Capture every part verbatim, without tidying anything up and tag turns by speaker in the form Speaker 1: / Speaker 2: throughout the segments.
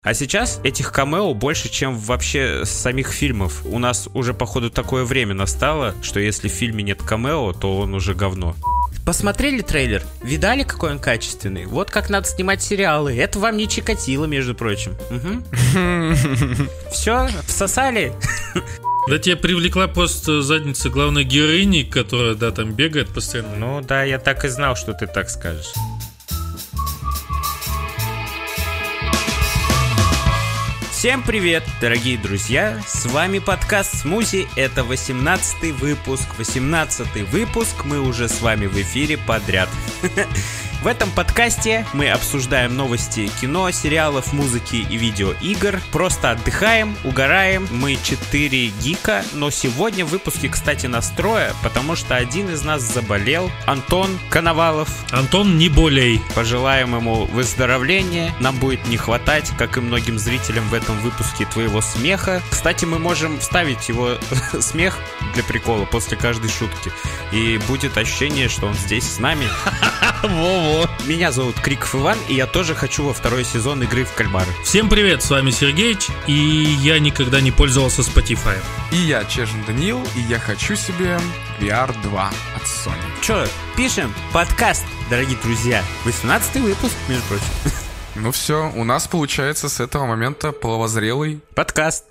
Speaker 1: А сейчас этих камео больше, чем вообще самих фильмов. У нас уже, походу, такое время настало, что если в фильме нет камео, то он уже говно. Посмотрели трейлер? Видали, какой он качественный? Вот как надо снимать сериалы. Это вам не Чикатило, между прочим. Все, всосали?
Speaker 2: Да тебя привлекла просто задница главной героини, которая, да, там бегает постоянно.
Speaker 1: Ну да, я так и знал, что ты так скажешь. Всем привет, дорогие друзья, с вами подкаст Смузи, это восемнадцатый выпуск, восемнадцатый выпуск, мы уже с вами в эфире подряд. В этом подкасте мы обсуждаем новости кино, сериалов, музыки и видеоигр. Просто отдыхаем, угораем. Мы четыре гика, но сегодня в выпуске, кстати, нас трое, потому что один из нас заболел. Антон Коновалов.
Speaker 2: Антон, не болей.
Speaker 1: Пожелаем ему выздоровления. Нам будет не хватать, как и многим зрителям в этом выпуске, твоего смеха. Кстати, мы можем вставить его смех для прикола после каждой шутки. И будет ощущение, что он здесь с нами. Во-во. Меня зовут Криков Иван, и я тоже хочу во второй сезон игры в кальмары.
Speaker 2: Всем привет, с вами Сергеич, и я никогда не пользовался Spotify.
Speaker 3: И я Чежин Даниил, и я хочу себе ви ар два от Sony.
Speaker 1: Чё, пишем подкаст, дорогие друзья. восемнадцатый выпуск, между прочим.
Speaker 3: Ну все, у нас получается с этого момента половозрелый
Speaker 1: подкаст.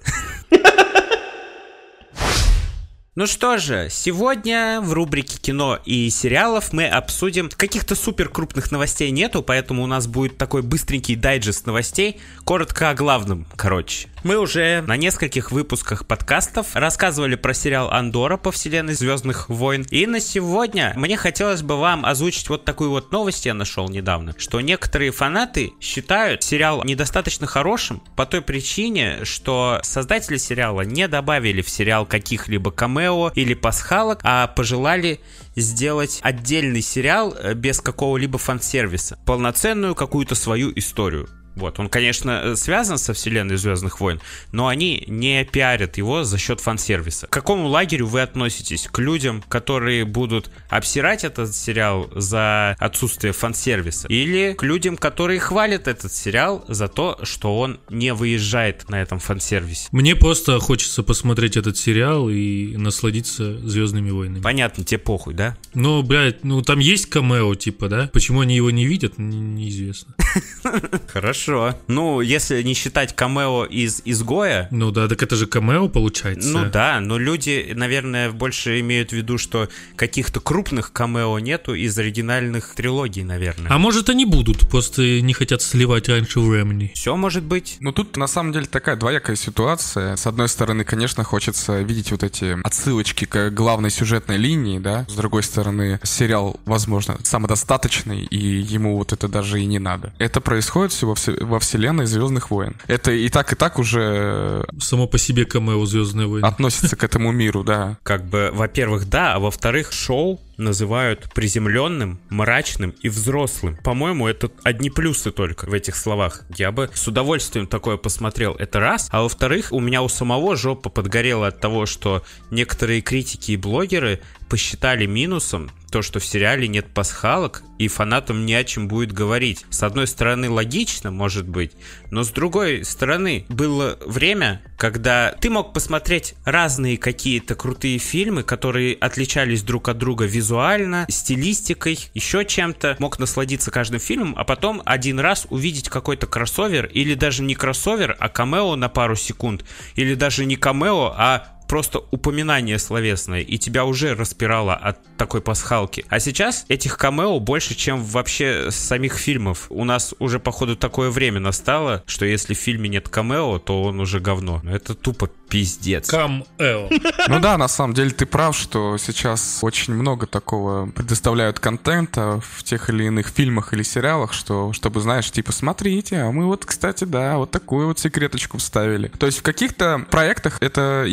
Speaker 1: Ну что же, сегодня в рубрике кино и сериалов мы обсудим, каких-то супер крупных новостей нету, поэтому у нас будет такой быстренький дайджест новостей, коротко о главном, короче. Мы уже на нескольких выпусках подкастов рассказывали про сериал «Андора» по вселенной «Звездных войн». И на сегодня мне хотелось бы вам озвучить вот такую вот новость, я нашел недавно, что некоторые фанаты считают сериал недостаточно хорошим по той причине, что создатели сериала не добавили в сериал каких-либо камео или пасхалок, а пожелали сделать отдельный сериал без какого-либо фан-сервиса, полноценную какую-то свою историю. Вот, он, конечно, связан со вселенной «Звездных войн», но они не пиарят его за счет фан-сервиса. К какому лагерю вы относитесь? К людям, которые будут обсирать этот сериал за отсутствие фан-сервиса? Или к людям, которые хвалят этот сериал за то, что он не выезжает на этом фан-сервисе?
Speaker 2: Мне просто хочется посмотреть этот сериал и насладиться «Звездными войнами».
Speaker 1: Понятно, тебе похуй, да?
Speaker 2: Ну, блядь, ну там есть камео, типа, да? Почему они его не видят, неизвестно.
Speaker 1: Хорошо. Хорошо. Ну, если не считать камео из «Изгоя».
Speaker 2: Ну да, так это же камео получается.
Speaker 1: Ну да, но люди, наверное, больше имеют в виду, что каких-то крупных камео нету из оригинальных трилогий, наверное.
Speaker 2: А может, они будут, просто не хотят сливать раньше времени.
Speaker 1: Все может быть.
Speaker 3: Ну тут на самом деле такая двоякая ситуация. С одной стороны, конечно, хочется видеть вот эти отсылочки к главной сюжетной линии, да. С другой стороны, сериал, возможно, самодостаточный, и ему вот это даже и не надо. Это происходит всего в во вселенной «Звездных войн». Это и так, и так уже...
Speaker 2: Само по себе камео «Звездные войны»
Speaker 3: относится к этому миру, да.
Speaker 1: Как бы, во-первых, да, а во-вторых, шоу называют приземленным, мрачным и взрослым. По-моему, это одни плюсы только в этих словах. Я бы с удовольствием такое посмотрел. Это раз. А во-вторых, у меня у самого жопа подгорела от того, что некоторые критики и блогеры посчитали минусом то, что в сериале нет пасхалок, и фанатам не о чем будет говорить. С одной стороны, логично, может быть, но с другой стороны, было время, когда ты мог посмотреть разные какие-то крутые фильмы, которые отличались друг от друга визуально, стилистикой, еще чем-то, мог насладиться каждым фильмом, а потом один раз увидеть какой-то кроссовер, или даже не кроссовер, а камео на пару секунд, или даже не камео, а просто упоминание словесное, и тебя уже распирало от такой пасхалки. А сейчас этих камео больше, чем вообще самих фильмов. У нас уже, походу, такое время настало, что если в фильме нет камео, то он уже говно. Это тупо пиздец.
Speaker 2: Камео.
Speaker 3: Ну да, на самом деле ты прав, что сейчас очень много такого предоставляют контента в тех или иных фильмах или сериалах, что, чтобы, знаешь, типа, смотрите, а мы вот, кстати, да, вот такую вот секреточку вставили. То есть в каких-то проектах это имеет место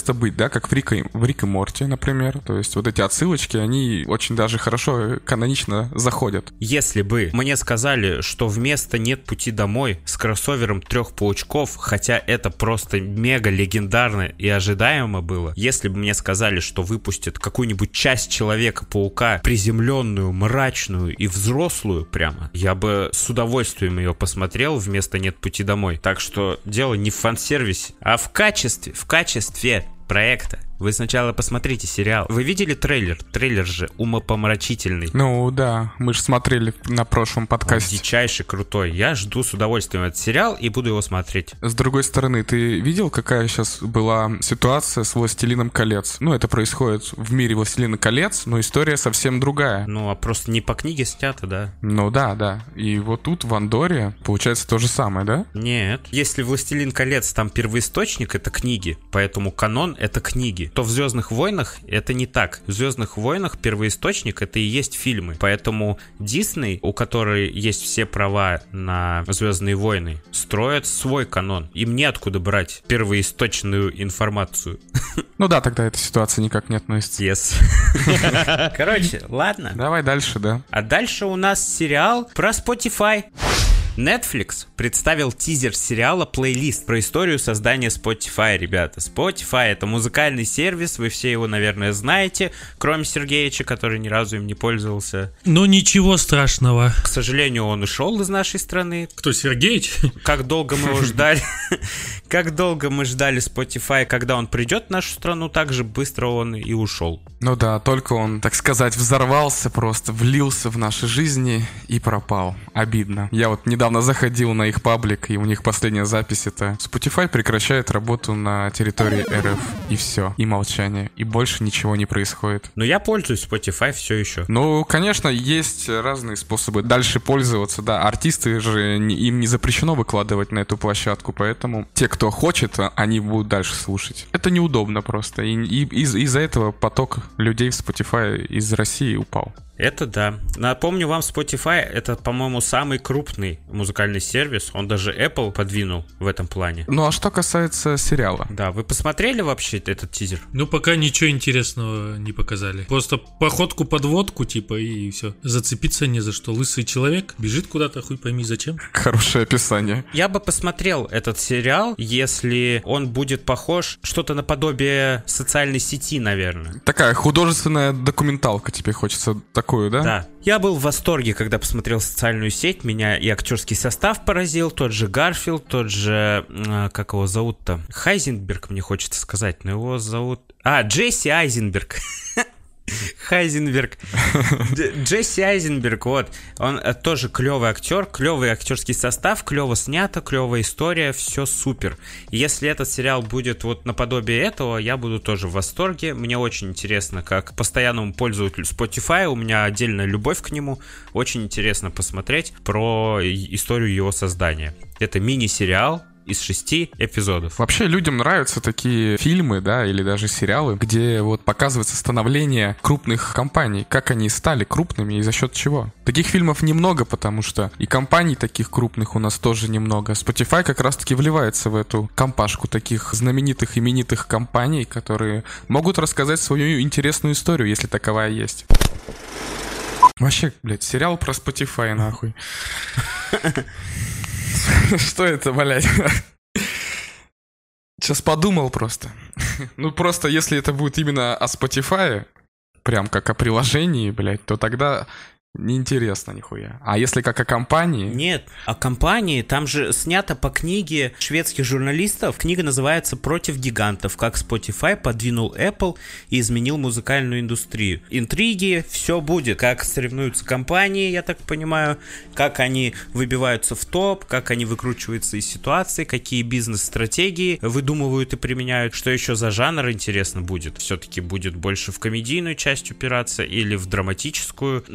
Speaker 3: место быть, да, как в Рик и, в Рик и Морти, например. То есть вот эти отсылочки, они очень даже хорошо канонично заходят.
Speaker 1: Если бы мне сказали, что вместо «Нет пути домой» с кроссовером трех паучков, хотя это просто мега легендарно и ожидаемо было, если бы мне сказали, что выпустят какую-нибудь часть Человека-паука, приземленную, мрачную и взрослую прямо, я бы с удовольствием ее посмотрел вместо «Нет пути домой». Так что дело не в фан-сервисе, а в качестве, в качестве проекта. Вы сначала посмотрите сериал. Вы видели трейлер? Трейлер же умопомрачительный.
Speaker 3: Ну да, мы же смотрели на прошлом подкасте.
Speaker 1: Он дичайший, крутой. Я жду с удовольствием этот сериал и буду его смотреть.
Speaker 3: С другой стороны, ты видел, какая сейчас была ситуация с «Властелином колец»? Ну, это происходит в мире «Властелина колец», но история совсем другая.
Speaker 1: Ну, а просто не по книге снято, да?
Speaker 3: Ну да, да. И вот тут в Андоре получается то же самое, да?
Speaker 1: Нет. Если «Властелин колец» там первоисточник, это книги, поэтому канон — это книги, то в «Звездных войнах» это не так. В «Звездных войнах» первоисточник — это и есть фильмы. Поэтому Дисней, у которой есть все права на «Звездные войны», строит свой канон. Им неоткуда брать первоисточную информацию.
Speaker 3: Ну да, тогда эта ситуация никак не относится.
Speaker 1: Yes. Короче, ладно.
Speaker 3: Давай дальше, да.
Speaker 1: А дальше у нас сериал про Spotify. Netflix представил тизер сериала «Плейлист» про историю создания Spotify, ребята. Spotify — это музыкальный сервис, вы все его, наверное, знаете, кроме Сергеича, который ни разу им не пользовался.
Speaker 2: Ну, ничего страшного.
Speaker 1: К сожалению, он ушел из нашей страны.
Speaker 2: Кто, Сергеич?
Speaker 1: Как долго мы его ждали. Как долго мы ждали Spotify, когда он придет в нашу страну, так же быстро он и ушел.
Speaker 3: Ну да, только он, так сказать, взорвался просто, влился в наши жизни и пропал. Обидно. Я вот недавно заходил на их паблик, и у них последняя запись — это Spotify прекращает работу на территории эр эф. И все. И молчание. И больше ничего не происходит.
Speaker 1: Но я пользуюсь Spotify все еще.
Speaker 3: Ну, конечно, есть разные способы дальше пользоваться, да. Артисты же, им не запрещено выкладывать на эту площадку, поэтому те, кто хочет, они будут дальше слушать. Это неудобно просто. И, и из- из-за этого поток людей в Spotify из России упал.
Speaker 1: Это да. Напомню вам, Spotify — это, по-моему, самый крупный музыкальный сервис. Он даже Apple подвинул в этом плане.
Speaker 3: Ну, а что касается сериала?
Speaker 1: Да, вы посмотрели вообще этот тизер?
Speaker 2: Ну, пока ничего интересного не показали. Просто походку-подводку, типа, и все. Зацепиться не за что. Лысый человек бежит куда-то, хуй пойми зачем.
Speaker 3: Хорошее описание.
Speaker 1: Я бы посмотрел этот сериал, если он будет похож что-то наподобие социальной сети, наверное.
Speaker 3: Такая художественная документалка, тебе хочется такую, да?
Speaker 1: Да. Я был в восторге, когда посмотрел «Социальную сеть». Меня и актерский состав поразил. Тот же Гарфилд, тот же... Э, как его зовут-то? Хайзенберг, мне хочется сказать, но его зовут... А, Джесси Айзенберг. Хайзенберг. Джесси Айзенберг, вот. Он тоже клевый актер, клевый актерский состав, клево снято, клевая история, все супер. Если этот сериал будет вот наподобие этого, я буду тоже в восторге. Мне очень интересно, как постоянному пользователю Spotify, у меня отдельная любовь к нему. Очень интересно посмотреть про историю его создания. Это мини-сериал из шести эпизодов.
Speaker 3: Вообще людям нравятся такие фильмы, да, или даже сериалы, где вот показывается становление крупных компаний, как они стали крупными и за счет чего. Таких фильмов немного, потому что и компаний таких крупных у нас тоже немного. Spotify как раз-таки вливается в эту компашку таких знаменитых, именитых компаний, которые могут рассказать свою интересную историю, если таковая есть. Вообще, блядь, сериал про Spotify, нахуй. Что это, блядь? Сейчас подумал просто. Ну, просто если это будет именно о Spotify, прям как о приложении, блядь, то тогда неинтересно нихуя. А если как о компании...
Speaker 1: Нет, о компании, там же снято по книге шведских журналистов. Книга называется «Против гигантов. Как Spotify подвинул Apple и изменил музыкальную индустрию». Интриги, все будет. Как соревнуются компании, я так понимаю, как они выбиваются в топ, как они выкручиваются из ситуации, какие бизнес-стратегии выдумывают и применяют. Что еще за жанр, интересно, будет? Все-таки будет больше в комедийную часть упираться или в драматическую. На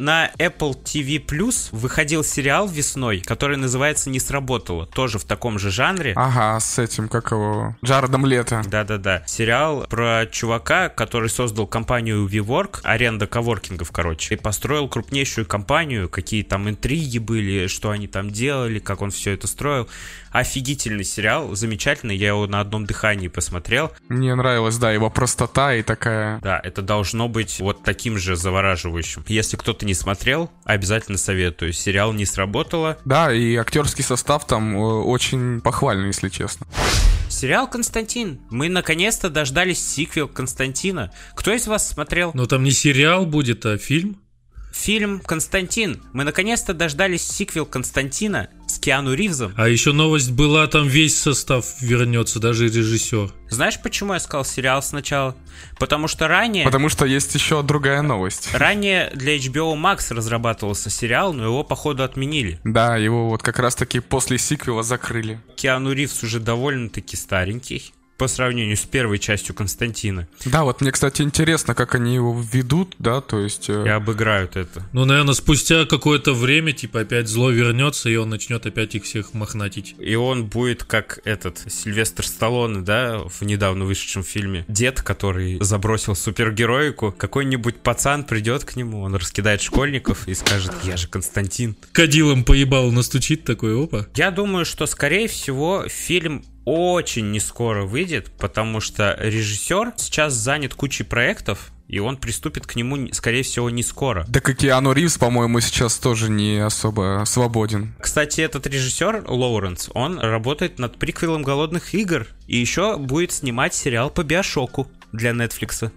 Speaker 1: Apple ти ви плюс выходил сериал весной, который называется «Не сработало». Тоже в таком же жанре.
Speaker 3: Ага, с этим, как его, Джаредом Лето.
Speaker 1: Да-да-да. Сериал про чувака, который создал компанию WeWork, аренда коворкингов, короче, и построил крупнейшую компанию, какие там интриги были, что они там делали, как он все это строил. Офигительный сериал, замечательный, я его на одном дыхании посмотрел.
Speaker 3: Мне нравилась, да, его простота и такая...
Speaker 1: Да, это должно быть вот таким же завораживающим. Если кто-то не смотрел, обязательно советую. Сериал «Не сработало».
Speaker 3: Да, и актерский состав там э, очень похвальный, если честно.
Speaker 1: Сериал «Константин». Мы наконец-то дождались сиквел «Константина». Кто из вас смотрел?
Speaker 2: Но там не сериал будет, а фильм.
Speaker 1: Фильм «Константин». Мы наконец-то дождались сиквел «Константина» с Киану Ривзом.
Speaker 2: А еще новость была, там весь состав вернется, даже режиссер.
Speaker 1: Знаешь, почему я сказал сериал сначала? Потому что ранее...
Speaker 3: Потому что есть еще другая новость.
Speaker 1: Ранее для эйч би о Max разрабатывался сериал, но его, походу, отменили.
Speaker 3: Да, его вот как раз-таки после сиквела закрыли.
Speaker 1: Киану Ривз уже довольно-таки старенький по сравнению с первой частью «Константина».
Speaker 3: Да, вот мне, кстати, интересно, как они его введут, да, то есть...
Speaker 1: И обыграют это.
Speaker 2: Ну, наверное, спустя какое-то время, типа, опять зло вернется, и он начнет опять их всех мохнатить.
Speaker 1: И он будет как этот Сильвестр Сталлоне, да, в недавно вышедшем фильме. Дед, который забросил супергероику. Какой-нибудь пацан придет к нему, он раскидает школьников и скажет: «Я же Константин».
Speaker 2: Кадилом поебал, настучит такой, опа.
Speaker 1: Я думаю, что, скорее всего, фильм очень не скоро выйдет, потому что режиссер сейчас занят кучей проектов, и он приступит к нему, скорее всего, не скоро.
Speaker 3: Да как и Киану Ривз, по-моему, сейчас тоже не особо свободен.
Speaker 1: Кстати, этот режиссер, Лоуренс, он работает над приквелом «Голодных игр», и еще будет снимать сериал по Биошоку для Netflix.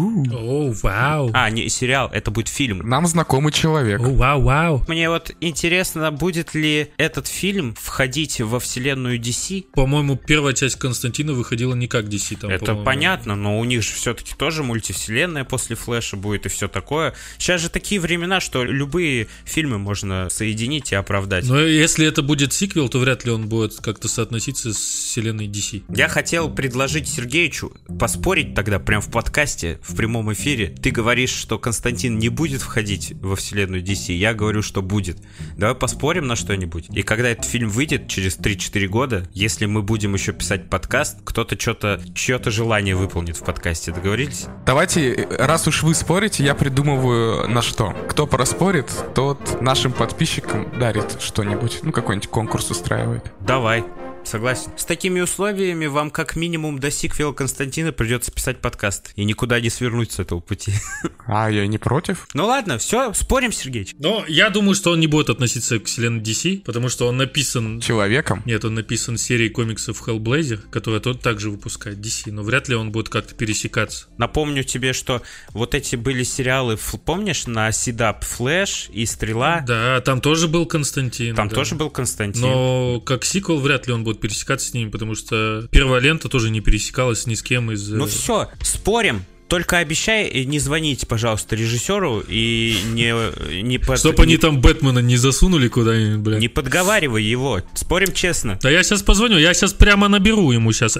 Speaker 2: О, вау.
Speaker 1: А, не сериал, это будет фильм.
Speaker 3: Нам знакомый человек.
Speaker 2: О, вау, вау.
Speaker 1: Мне вот интересно, будет ли этот фильм входить во вселенную ди си?
Speaker 2: По-моему, первая часть Константина выходила не как ди си. Там,
Speaker 1: это
Speaker 2: по-моему.
Speaker 1: понятно, но у них же все-таки тоже мультивселенная после Флэша будет и все такое. Сейчас же такие времена, что любые фильмы можно соединить и оправдать.
Speaker 2: Но если это будет сиквел, то вряд ли он будет как-то соотноситься с вселенной ди си.
Speaker 1: Я хотел предложить Сергеичу поспорить тогда прям в подкасте, в прямом эфире. Ты говоришь, что Константин не будет входить во вселенную ди си, я говорю, что будет. Давай поспорим на что-нибудь. И когда этот фильм выйдет через три-четыре года, если мы будем еще писать подкаст, кто-то что-то, чье-то желание выполнит в подкасте. Договорились?
Speaker 3: Давайте, раз уж вы спорите, я придумываю на что. Кто проспорит, тот нашим подписчикам дарит что-нибудь. Ну, какой-нибудь конкурс устраивает.
Speaker 1: Давай. Согласен. С такими условиями вам как минимум до сиквела Константина придется писать подкаст. И никуда не свернуть с этого пути.
Speaker 3: А, я не против.
Speaker 1: Ну ладно, все, спорим, Сергеич.
Speaker 2: Но я думаю, что он не будет относиться к вселенной ди си, потому что он написан...
Speaker 3: Человеком?
Speaker 2: Нет, он написан серией комиксов Hellblazer, которая тот также выпускает ди си, но вряд ли он будет как-то пересекаться.
Speaker 1: Напомню тебе, что вот эти были сериалы, помнишь, на Сидап Флэш и Стрела?
Speaker 2: Да, там тоже был Константин.
Speaker 1: Там
Speaker 2: да.
Speaker 1: тоже был Константин.
Speaker 2: Но как сиквел вряд ли он будет пересекаться с ними, потому что первая лента тоже не пересекалась ни с кем из...
Speaker 1: Ну все, спорим. Только обещай не звонить, пожалуйста, режиссеру и не... не под...
Speaker 2: Чтоб они там Бэтмена не засунули куда-нибудь, блядь.
Speaker 1: Не подговаривай его. Спорим честно.
Speaker 2: Да я сейчас позвоню, я сейчас прямо наберу ему сейчас.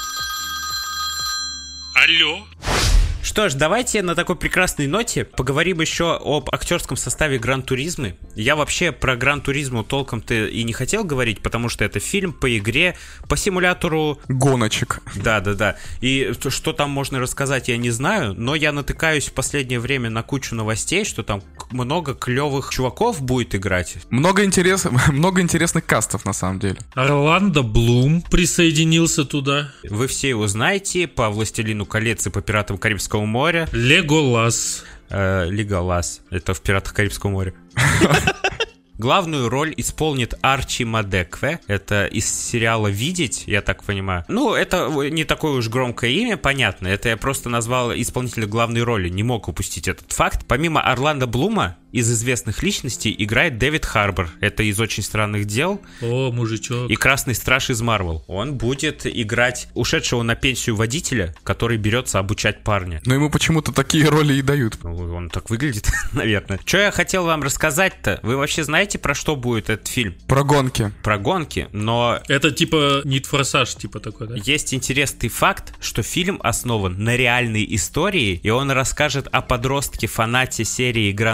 Speaker 2: Алло.
Speaker 1: Что ж, давайте на такой прекрасной ноте поговорим еще об актерском составе Гран-туризмы. Я вообще про Гран-туризму толком-то и не хотел говорить, потому что это фильм по игре, по симулятору...
Speaker 3: Гоночек.
Speaker 1: Да-да-да. И что там можно рассказать, я не знаю, но я натыкаюсь в последнее время на кучу новостей, что там много клевых чуваков будет играть.
Speaker 3: Много, интерес... много интересных кастов, на самом деле.
Speaker 2: Орландо Блум присоединился туда.
Speaker 1: Вы все его знаете по «Властелину колец» и по «Пиратам Карибского моря».
Speaker 2: Леголас.
Speaker 1: Э, Леголас. Это в «Пиратах Карибского моря». Главную роль исполнит Арчи Мадекве. Это из сериала «Видеть», я так понимаю. Ну, это не такое уж громкое имя, понятно. Это я просто назвал исполнителя главной роли. Не мог упустить этот факт. Помимо Орландо Блума, из известных личностей играет Дэвид Харбор. Это из «Очень странных дел».
Speaker 2: О, мужичок.
Speaker 1: И «Красный страж» из Марвел. Он будет играть ушедшего на пенсию водителя, который берется обучать парня.
Speaker 3: Но ему почему-то такие роли и дают.
Speaker 1: Ну, он так выглядит, наверное. Что я хотел вам рассказать-то? Вы вообще знаете, про что будет этот фильм?
Speaker 3: Про гонки.
Speaker 1: Про гонки, но...
Speaker 2: Это типа Need for Speed, типа такой, да?
Speaker 1: Есть интересный факт, что фильм основан на реальной истории, и он расскажет о подростке-фанате серии Гран-туризмо,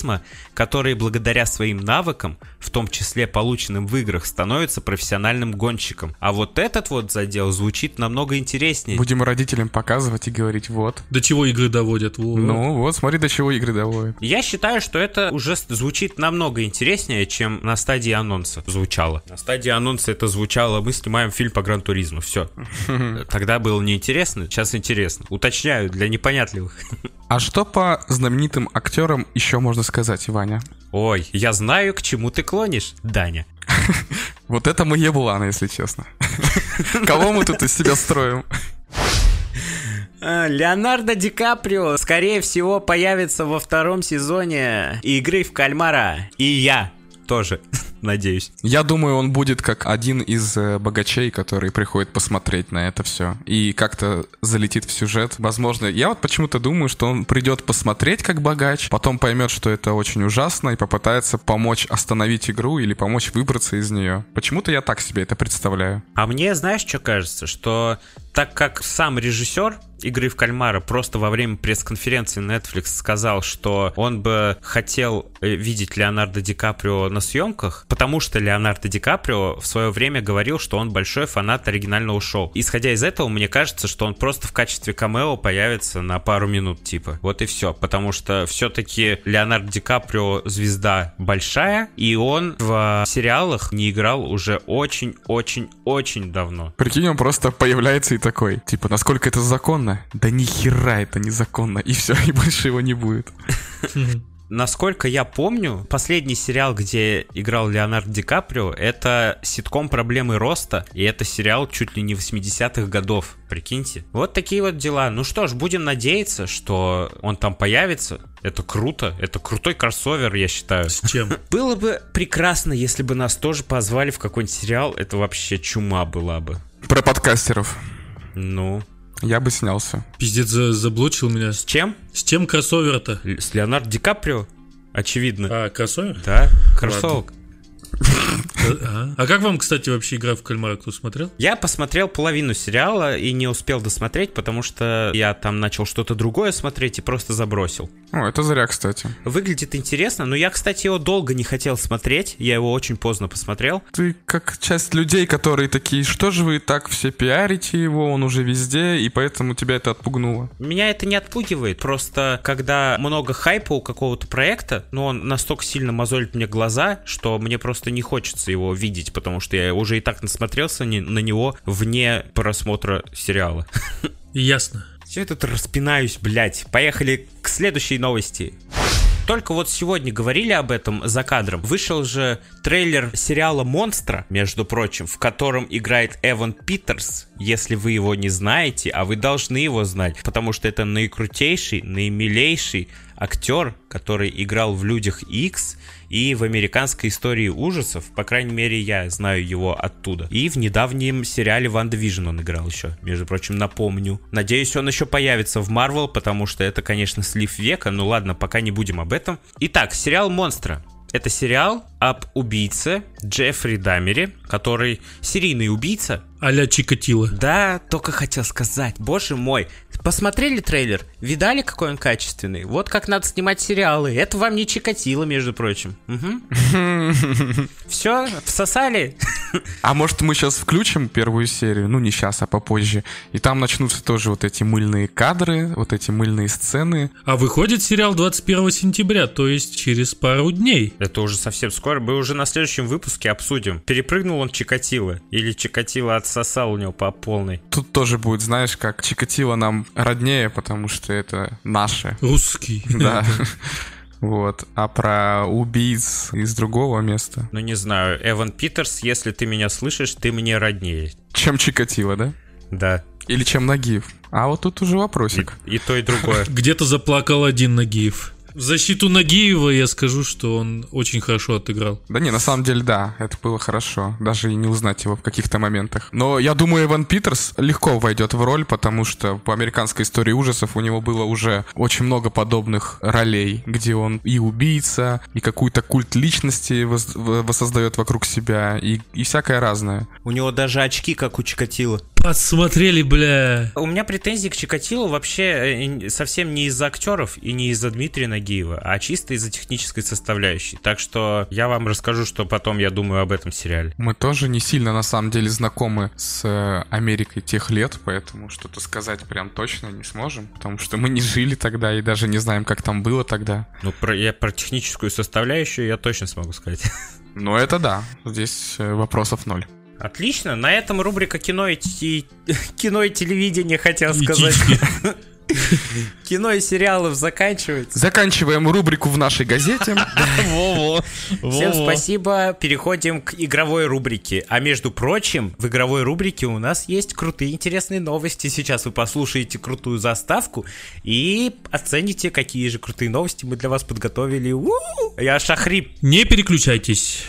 Speaker 1: Гран-туризмо, которые благодаря своим навыкам, в том числе полученным в играх, становятся профессиональным гонщиком. А вот этот вот задел звучит намного интереснее.
Speaker 3: Будем родителям показывать и говорить, вот.
Speaker 2: До чего игры доводят. Во.
Speaker 3: Ну вот, смотри, до чего игры доводят.
Speaker 1: Я считаю, что это уже звучит намного интереснее, чем на стадии анонса звучало. На стадии анонса это звучало: мы снимаем фильм по Гран-туризму. Все. Тогда было неинтересно, сейчас интересно. Уточняю, для непонятливых.
Speaker 3: А что по знаменитым актерам еще можно сказать, Ваня?
Speaker 1: Ой, я знаю, к чему ты клонишь, Даня.
Speaker 3: Вот это мы ебланы, если честно. Кого мы тут из себя строим?
Speaker 1: Леонардо Ди Каприо, скорее всего, появится во втором сезоне «Игры в кальмара». И я тоже, надеюсь.
Speaker 3: Я думаю, он будет как один из э, богачей, который приходит посмотреть на это все и как-то залетит в сюжет. Возможно, я вот почему-то думаю, что он придет посмотреть как богач, потом поймет, что это очень ужасно, и попытается помочь остановить игру или помочь выбраться из нее. Почему-то я так себе это представляю.
Speaker 1: А мне, знаешь, что кажется? Что так как сам режиссер «Игры в кальмара» просто во время пресс-конференции Netflix сказал, что он бы хотел видеть Леонардо Ди Каприо на съемках, потому что Леонардо Ди Каприо в свое время говорил, что он большой фанат оригинального шоу. Исходя из этого, мне кажется, что он просто в качестве камео появится на пару минут, типа. Вот и все. Потому что все-таки Леонардо Ди Каприо звезда большая, и он в сериалах не играл уже очень-очень-очень давно.
Speaker 3: Прикинь, он просто появляется и такой, типа, насколько это законно? Да ни хера это незаконно, и все, и больше его не будет.
Speaker 1: Насколько я помню, последний сериал, где играл Леонардо Ди Каприо, это ситком «Проблемы роста», и это сериал чуть ли не восьмидесятых годов, прикиньте. Вот такие вот дела. Ну что ж, будем надеяться, что он там появится. Это круто, это крутой кроссовер, я считаю.
Speaker 2: С чем?
Speaker 1: Было бы прекрасно, если бы нас тоже позвали в какой-нибудь сериал, это вообще чума была бы.
Speaker 3: Про подкастеров.
Speaker 1: Ну...
Speaker 3: Я бы снялся.
Speaker 2: Пиздец, за- заблочил меня.
Speaker 1: С чем?
Speaker 2: С чем кроссовер-то?
Speaker 1: Л- С Леонардо Ди Каприо, очевидно.
Speaker 2: А, кроссовер?
Speaker 1: Да, кроссовок.
Speaker 2: А, а как вам, кстати, вообще «Игра в кальмара», кто смотрел?
Speaker 1: Я посмотрел половину сериала и не успел досмотреть, потому что я там начал что-то другое смотреть и просто забросил.
Speaker 3: О, это зря, кстати.
Speaker 1: Выглядит интересно, но я, кстати, его долго не хотел смотреть, я его очень поздно посмотрел.
Speaker 3: Ты как часть людей, которые такие, что же вы так все пиарите его, он уже везде, и поэтому тебя это отпугнуло.
Speaker 1: Меня это не отпугивает, просто когда много хайпа у какого-то проекта, но он настолько сильно мозолит мне глаза, что мне просто не хочется его видеть, потому что я уже и так насмотрелся не- на него вне просмотра сериала.
Speaker 2: Ясно.
Speaker 1: Все тут распинаюсь, блять. Поехали к следующей новости. Только вот сегодня говорили об этом за кадром. Вышел же трейлер сериала «Монстра», между прочим, в котором играет Эван Питерс. Если вы его не знаете, а вы должны его знать, потому что это наикрутейший, наимилейший актер, который играл в «Людях Икс» и в «Американской истории ужасов». По крайней мере, я знаю его оттуда. И в недавнем сериале «Ванда Вижн» он играл еще, между прочим, напомню. Надеюсь, он еще появится в Марвел, потому что это, конечно, слив века. Ну ладно, пока не будем об этом. Итак, сериал «Монстра». Это сериал об убийце Джеффри Даммере, который серийный убийца.
Speaker 2: А-ля Чикатило.
Speaker 1: Да, только хотел сказать. Боже мой. Посмотрели трейлер? Видали, какой он качественный? Вот как надо снимать сериалы. Это вам не Чикатило, между прочим. Все, всосали?
Speaker 3: А может, мы сейчас включим первую серию? Ну, не сейчас, а попозже. И там начнутся тоже вот эти мыльные кадры, вот эти мыльные сцены.
Speaker 2: А выходит сериал двадцать первого сентября, то есть через пару дней.
Speaker 1: Это уже совсем скоро. Мы уже на следующем выпуске обсудим. Перепрыгнул он Чикатило? Или Чикатило отсосал у него по полной?
Speaker 3: Тут тоже будет, знаешь, как Чикатило нам роднее, потому что это наше.
Speaker 2: Русский.
Speaker 3: Да. Вот. А про убийц из другого места?
Speaker 1: Ну, не знаю. Эван Питерс, если ты меня слышишь, ты мне роднее.
Speaker 3: Чем Чикатило, да?
Speaker 1: Да.
Speaker 3: Или чем Нагиев? А вот тут уже вопросик.
Speaker 1: И, и то, и другое.
Speaker 2: Где-то заплакал один Нагиев. В защиту Нагиева я скажу, что он очень хорошо отыграл.
Speaker 3: Да не, на самом деле, да, это было хорошо. Даже и не узнать его в каких-то моментах. Но я думаю, Эван Питерс легко войдет в роль, потому что по «Американской истории ужасов» у него было уже очень много подобных ролей, где он и убийца, и какую-то культ личности воз- воссоздает вокруг себя, и, и всякое разное.
Speaker 1: У него даже очки, как у Чикатило.
Speaker 2: Подсмотрели, бля.
Speaker 1: У меня претензии к Чикатило вообще совсем не из-за актеров и не из-за Дмитрия Нагиева, а чисто из-за технической составляющей. Так что я вам расскажу, что потом я думаю об этом сериале.
Speaker 3: Мы тоже не сильно, на самом деле, знакомы с Америкой тех лет, поэтому что-то сказать прям точно не сможем, потому что мы не жили тогда и даже не знаем, как там было тогда.
Speaker 1: Ну, про, я про техническую составляющую я точно смогу сказать.
Speaker 3: Ну, это да. Здесь вопросов ноль.
Speaker 1: Отлично. На этом рубрика кино и, и, кино и телевидение, хотел
Speaker 2: И
Speaker 1: сказать. Кино и сериалов заканчивается.
Speaker 3: Заканчиваем рубрику в нашей газете.
Speaker 2: Во-во.
Speaker 1: Всем спасибо. Переходим к игровой рубрике. А между прочим, в игровой рубрике у нас есть крутые интересные новости. Сейчас вы послушаете крутую заставку и оцените, какие же крутые новости мы для вас подготовили. У-у-у! Я Шахрип.
Speaker 2: Не переключайтесь.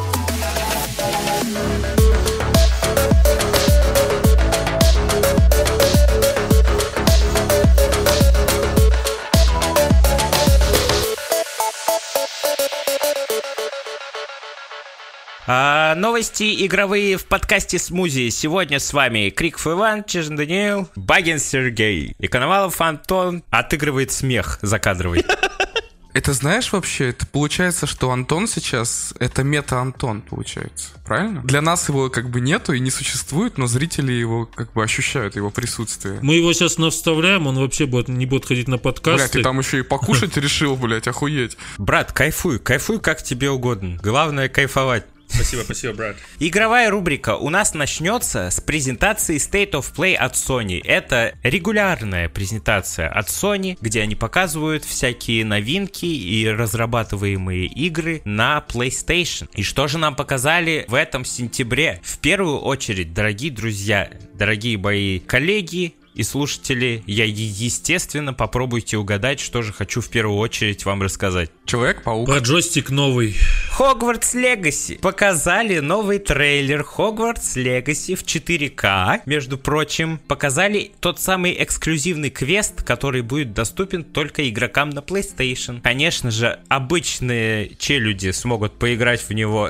Speaker 1: А, новости игровые в подкасте Смузи. Сегодня с вами Криков Иван, Чижин Даниил, Багин Сергей и Коновалов Антон отыгрывает смех закадровый.
Speaker 3: Это знаешь вообще, это получается, что Антон сейчас, это мета-Антон получается, правильно? Для нас его как бы нету и не существует, но зрители его как бы ощущают, его присутствие.
Speaker 2: Мы его сейчас навставляем, он вообще будет, не будет ходить на подкасты.
Speaker 3: Блядь, ты там еще и покушать решил, блядь, охуеть.
Speaker 1: Брат, кайфуй, кайфуй как тебе угодно. Главное кайфовать.
Speaker 2: Спасибо, спасибо, брат.
Speaker 1: Игровая рубрика у нас начнется с презентации State of Play от Sony. Это регулярная презентация от Sony, где они показывают всякие новинки и разрабатываемые игры на PlayStation. И что же нам показали в этом сентябре? В первую очередь, дорогие друзья, дорогие мои коллеги и слушатели, я, естественно, попробуйте угадать, что же хочу в первую очередь вам рассказать.
Speaker 3: Человек-паук.
Speaker 2: Про джойстик новый.
Speaker 1: Hogwarts Legacy. Показали новый трейлер Hogwarts Legacy в четыре ка. Между прочим, показали тот самый эксклюзивный квест, который будет доступен только игрокам на PlayStation. Конечно же, обычные челюди смогут поиграть в него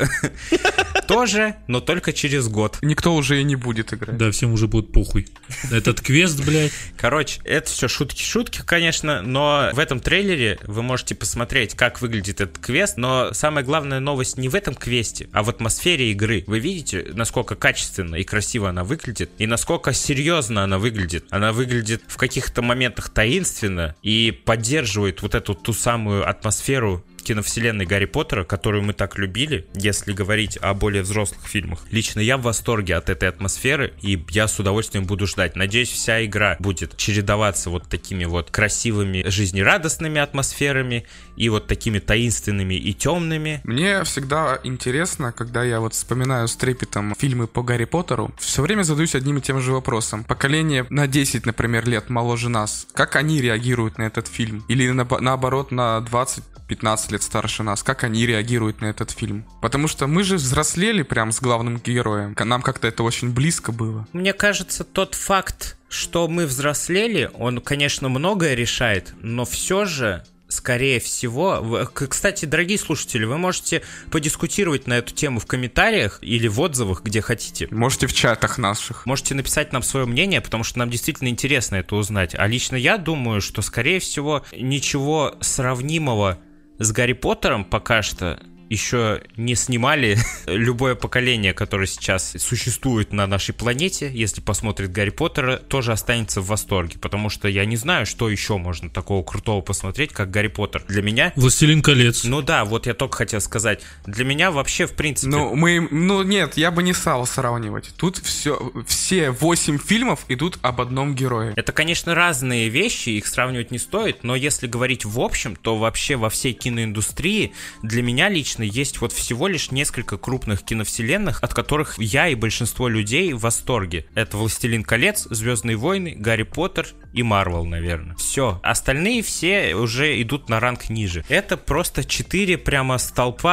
Speaker 1: тоже, но только через год.
Speaker 3: Никто уже и не будет играть.
Speaker 2: Да, всем уже будет похуй. Этот квест, блядь.
Speaker 1: Короче, это все шутки-шутки, конечно, но в этом трейлере вы можете посмотреть, как выглядит этот квест, но самая главная новость не в этом квесте, а в атмосфере игры. Вы видите, насколько качественно и красиво она выглядит, и насколько серьезно она выглядит. Она выглядит в каких-то моментах таинственно и поддерживает вот эту ту самую атмосферу киновселенной Гарри Поттера, которую мы так любили, если говорить о более взрослых фильмах. Лично я в восторге от этой атмосферы, и я с удовольствием буду ждать. Надеюсь, вся игра будет чередоваться вот такими вот красивыми, жизнерадостными атмосферами и вот такими таинственными и темными.
Speaker 3: Мне всегда интересно, когда я вот вспоминаю с трепетом фильмы по Гарри Поттеру, все время задаюсь одним и тем же вопросом. Поколение на десять, например, лет моложе нас, как они реагируют на этот фильм? Или на, наоборот, на двадцать пятнадцать лет старше нас, как они реагируют на этот фильм. Потому что мы же взрослели прям с главным героем. Нам как-то это очень близко было.
Speaker 1: Мне кажется, тот факт, что мы взрослели, он, конечно, многое решает, но все же, скорее всего... Кстати, дорогие слушатели, вы можете подискутировать на эту тему в комментариях или в отзывах, где хотите.
Speaker 3: Можете в чатах наших.
Speaker 1: Можете написать нам свое мнение, потому что нам действительно интересно это узнать. А лично я думаю, что, скорее всего, ничего сравнимого с Гарри Поттером пока что еще не снимали. Любое поколение, которое сейчас существует на нашей планете, если посмотрит Гарри Поттера, тоже останется в восторге, потому что я не знаю, что еще можно такого крутого посмотреть, как Гарри Поттер. Для меня...
Speaker 2: «Властелин колец».
Speaker 1: Ну да, вот я только хотел сказать. Для меня вообще, в принципе...
Speaker 3: Ну, мы... Ну, нет, я бы не стал сравнивать. Тут все, все восемь фильмов идут об одном герое.
Speaker 1: Это, конечно, разные вещи, их сравнивать не стоит, но если говорить в общем, то вообще во всей киноиндустрии для меня лично есть вот всего лишь несколько крупных киновселенных, от которых я и большинство людей в восторге. Это «Властелин колец», «Звездные войны», «Гарри Поттер» и «Марвел», наверное. Все. Остальные все уже идут на ранг ниже. Это просто четыре прямо столпа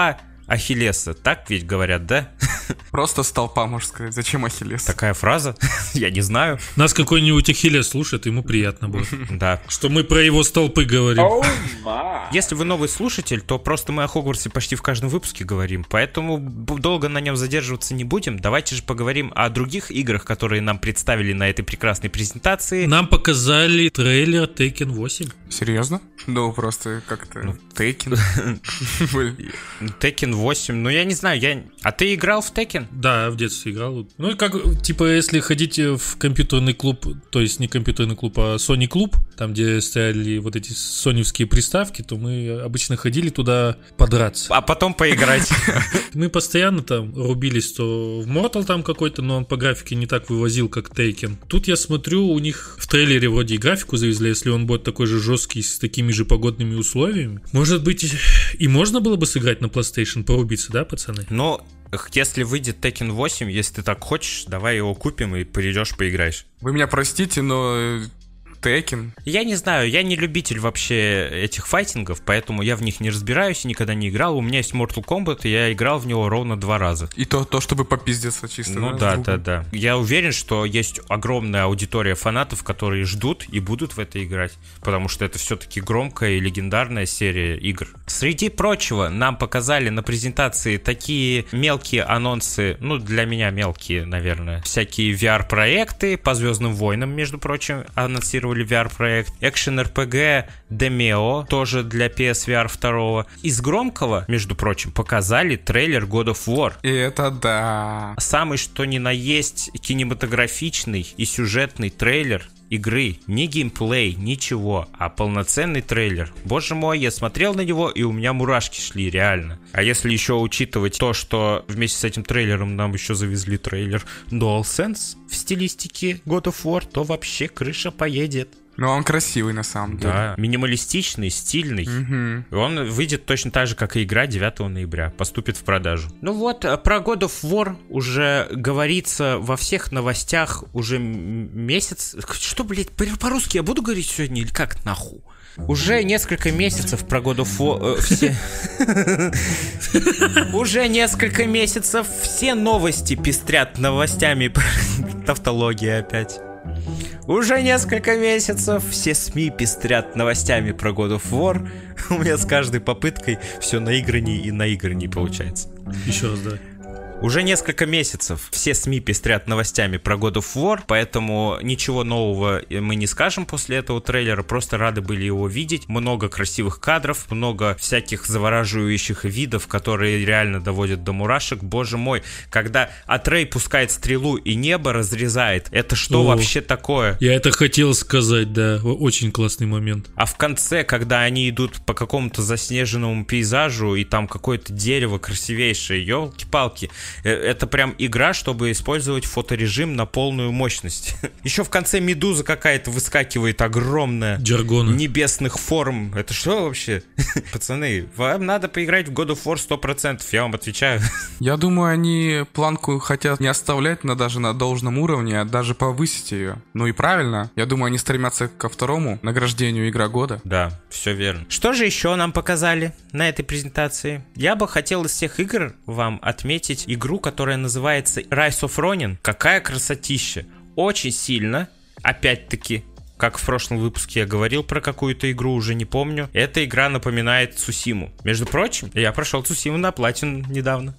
Speaker 1: Ахиллеса. Так ведь говорят, да?
Speaker 3: Просто столпа, можно сказать. Зачем Ахиллес?
Speaker 1: Такая фраза? Я не знаю.
Speaker 2: Нас какой-нибудь Ахиллес слушает, ему приятно будет.
Speaker 1: Да.
Speaker 2: Что мы про его столпы говорим.
Speaker 1: Если вы новый слушатель, то просто мы о Хогвартсе почти в каждом выпуске говорим, поэтому долго на нем задерживаться не будем. Давайте же поговорим о других играх, которые нам представили на этой прекрасной презентации.
Speaker 2: Нам показали трейлер Tekken восемь.
Speaker 3: Серьезно? Ну, просто как-то... Ну, Tekken.
Speaker 1: Tekken восемь, ну я не знаю, я... А ты играл в Tekken?
Speaker 2: Да, в детстве играл. Ну и как, типа, если ходите в компьютерный клуб, то есть не компьютерный клуб, а Sony клуб, там, где стояли вот эти соневские приставки, то мы обычно ходили туда подраться.
Speaker 1: А потом поиграть.
Speaker 2: Мы постоянно там рубились, то в Mortal там какой-то, но он по графике не так вывозил, как Tekken. Тут я смотрю, у них в трейлере вроде и графику завезли, если он будет такой же жесткий, с такими же погодными условиями. Может быть, и можно было бы сыграть на PlayStation, порубиться, да, пацаны?
Speaker 1: Но если выйдет Tekken восемь, если ты так хочешь, давай его купим и придешь поиграешь.
Speaker 3: Вы меня простите, но... Tekken.
Speaker 1: Я не знаю, я не любитель вообще этих файтингов, поэтому я в них не разбираюсь и никогда не играл. У меня есть Mortal Kombat, и я играл в него ровно два раза.
Speaker 3: И то, то чтобы попиздиться чисто.
Speaker 1: Ну да, да, да. Я уверен, что есть огромная аудитория фанатов, которые ждут и будут в это играть, потому что это все-таки громкая и легендарная серия игр. Среди прочего, нам показали на презентации такие мелкие анонсы, ну для меня мелкие, наверное, всякие ви ар-проекты по Звездным войнам, между прочим, анонсировали ви ар-проект, экшен-эр пи джи Demeo, тоже для пи эс ви ар два. Из громкого, между прочим, показали трейлер God of War.
Speaker 3: И это да.
Speaker 1: Самый что ни на есть кинематографичный и сюжетный трейлер игры. Не геймплей, ничего, а полноценный трейлер. Боже мой, я смотрел на него, и у меня мурашки шли, реально. А если еще учитывать то, что вместе с этим трейлером нам еще завезли трейлер DualSense в стилистике God of War, то вообще крыша поедет.
Speaker 3: Но он красивый на самом деле.
Speaker 1: Да, минималистичный, стильный.
Speaker 3: Угу.
Speaker 1: Он выйдет точно так же, как и игра девятого ноября. Поступит в продажу. Ну вот, про God of War уже говорится во всех новостях уже месяц. Что, блядь, по-русски я буду говорить сегодня или как нахуй? Уже несколько месяцев про God of War... Э, все... Уже несколько месяцев все новости пестрят новостями. Тавтология опять. Уже несколько месяцев все СМИ пестрят новостями про God of War. У меня с каждой попыткой все наигранней и наигранней получается.
Speaker 2: Еще раз, да.
Speaker 1: Уже несколько месяцев все СМИ пестрят новостями про God of War, поэтому ничего нового мы не скажем после этого трейлера, просто рады были его видеть. Много красивых кадров, много всяких завораживающих видов, которые реально доводят до мурашек. Боже мой, когда Атрей пускает стрелу и небо разрезает, это что О, вообще такое?
Speaker 2: Я это хотел сказать, да, очень классный момент.
Speaker 1: А в конце, когда они идут по какому-то заснеженному пейзажу, и там какое-то дерево красивейшее, елки-палки, это прям игра, чтобы использовать фоторежим на полную мощность. Еще в конце медуза какая-то выскакивает огромная.
Speaker 2: Джаргона.
Speaker 1: Небесных форм. Это что вообще? Пацаны, вам надо поиграть в God of War сто процентов, я вам отвечаю.
Speaker 3: Я думаю, они планку хотят не оставлять на, даже на должном уровне, а даже повысить ее. Ну и правильно. Я думаю, они стремятся ко второму награждению Игра года.
Speaker 1: Да, все верно. Что же еще нам показали на этой презентации? Я бы хотел из всех игр вам отметить игру, которая называется Rise of Ronin. Какая красотища. Очень сильно, опять-таки, как в прошлом выпуске я говорил про какую-то игру, уже не помню. Эта игра напоминает Цусиму. Между прочим, я прошел Цусиму на платину недавно.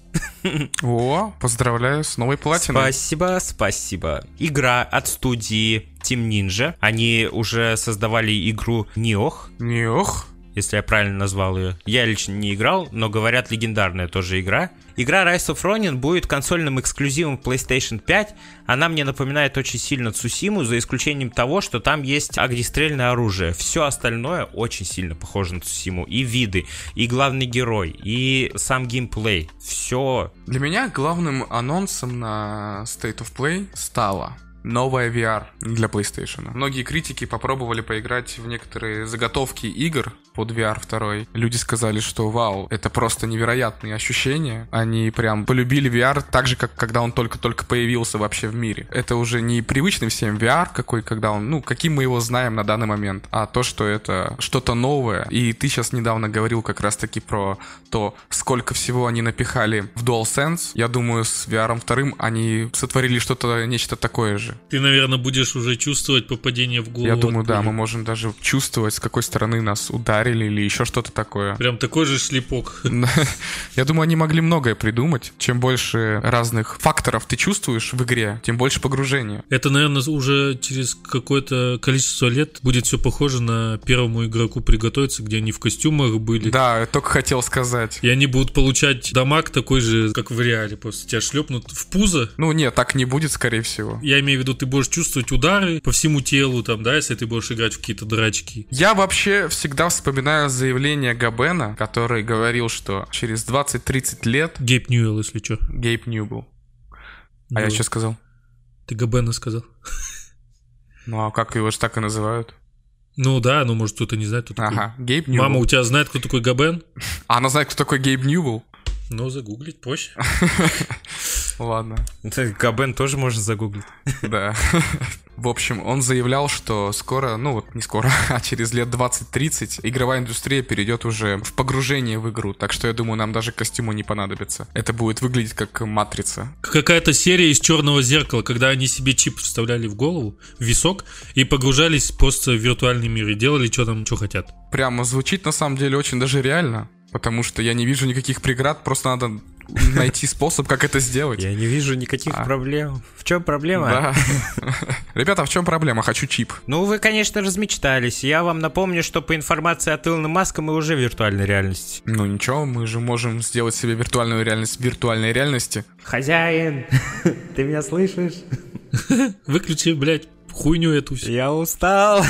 Speaker 3: О, поздравляю с новой платиной.
Speaker 1: Спасибо, спасибо. Игра от студии Team Ninja. Они уже создавали игру Nioh.
Speaker 3: Nioh?
Speaker 1: Если я правильно назвал ее. Я лично не играл, но говорят, легендарная тоже игра. Игра Rise of Ronin будет консольным эксклюзивом PlayStation пять. Она мне напоминает очень сильно Цусиму, за исключением того, что там есть огнестрельное оружие. Все остальное очень сильно похоже на Цусиму. И виды, и главный герой, и сам геймплей. Все.
Speaker 3: Для меня главным анонсом на State of Play стало новая ви ар для PlayStation. Многие критики попробовали поиграть в некоторые заготовки игр под ви ар два. Люди сказали, что вау, это просто невероятные ощущения. Они прям полюбили ви ар так же, как когда он только-только появился вообще в мире. Это уже не привычный всем ви ар, какой, когда он, ну, каким мы его знаем на данный момент, а то, что это что-то новое. И ты сейчас недавно говорил как раз-таки про то, сколько всего они напихали в DualSense. Я думаю, с ви ар два они сотворили что-то, нечто такое же.
Speaker 2: Ты, наверное, будешь уже чувствовать попадение в голову.
Speaker 3: Я думаю, да, мы можем даже чувствовать, с какой стороны нас ударили или еще что-то такое.
Speaker 2: Прям такой же шлепок.
Speaker 3: Я думаю, они могли многое придумать. Чем больше разных факторов ты чувствуешь в игре, тем больше погружения.
Speaker 2: Это, наверное, уже через какое-то количество лет будет все похоже на первому игроку приготовиться, где они в костюмах были.
Speaker 3: Да, я только хотел сказать.
Speaker 2: И они будут получать дамаг такой же, как в реале. Просто тебя шлепнут в пузо.
Speaker 3: Ну нет, так не будет, скорее всего.
Speaker 2: Я имею в виду, ты будешь чувствовать удары по всему телу, там, да, если ты будешь играть в какие-то драчки.
Speaker 3: Я вообще всегда вспоминаю заявление Габена, который говорил, что через двадцать-тридцать лет...
Speaker 2: Гейб Ньюэлл, если что.
Speaker 3: Гейб Ньюэлл. А
Speaker 2: ну,
Speaker 3: я что сказал?
Speaker 2: Ты Габена сказал.
Speaker 3: Ну а как его же так и называют?
Speaker 2: Ну да, ну может кто-то не знает, кто такой.
Speaker 3: Ага, Гейб Ньюэлл.
Speaker 2: Мама у тебя знает, кто такой Габен?
Speaker 3: А она знает, кто такой Гейб Ньюэлл?
Speaker 2: Ну, загуглить проще.
Speaker 3: Ладно.
Speaker 1: Габен тоже можно загуглить.
Speaker 3: Да. В общем, он заявлял, что скоро, ну вот не скоро, а через лет двадцать-тридцать игровая индустрия перейдет уже в погружение в игру. Так что я думаю, нам даже костюмы не понадобятся. Это будет выглядеть как матрица.
Speaker 2: Какая-то серия из «Черного зеркала», когда они себе чип вставляли в голову, в висок, и погружались просто в виртуальный мир и делали, что там, что хотят.
Speaker 3: Прямо звучит на самом деле очень даже реально. Потому что я не вижу никаких преград, просто надо найти способ, как это сделать.
Speaker 1: Я не вижу никаких а. проблем. В чем проблема?
Speaker 3: Да. Ребята, в чем проблема? Хочу чип.
Speaker 1: Ну, вы, конечно, размечтались. Я вам напомню, что по информации от Илона Маска мы уже в виртуальной реальности.
Speaker 3: Ну ничего, мы же можем сделать себе виртуальную реальность в виртуальной реальности.
Speaker 1: Хозяин, ты меня слышишь?
Speaker 2: Выключи, блядь, хуйню эту всю.
Speaker 1: Я устал.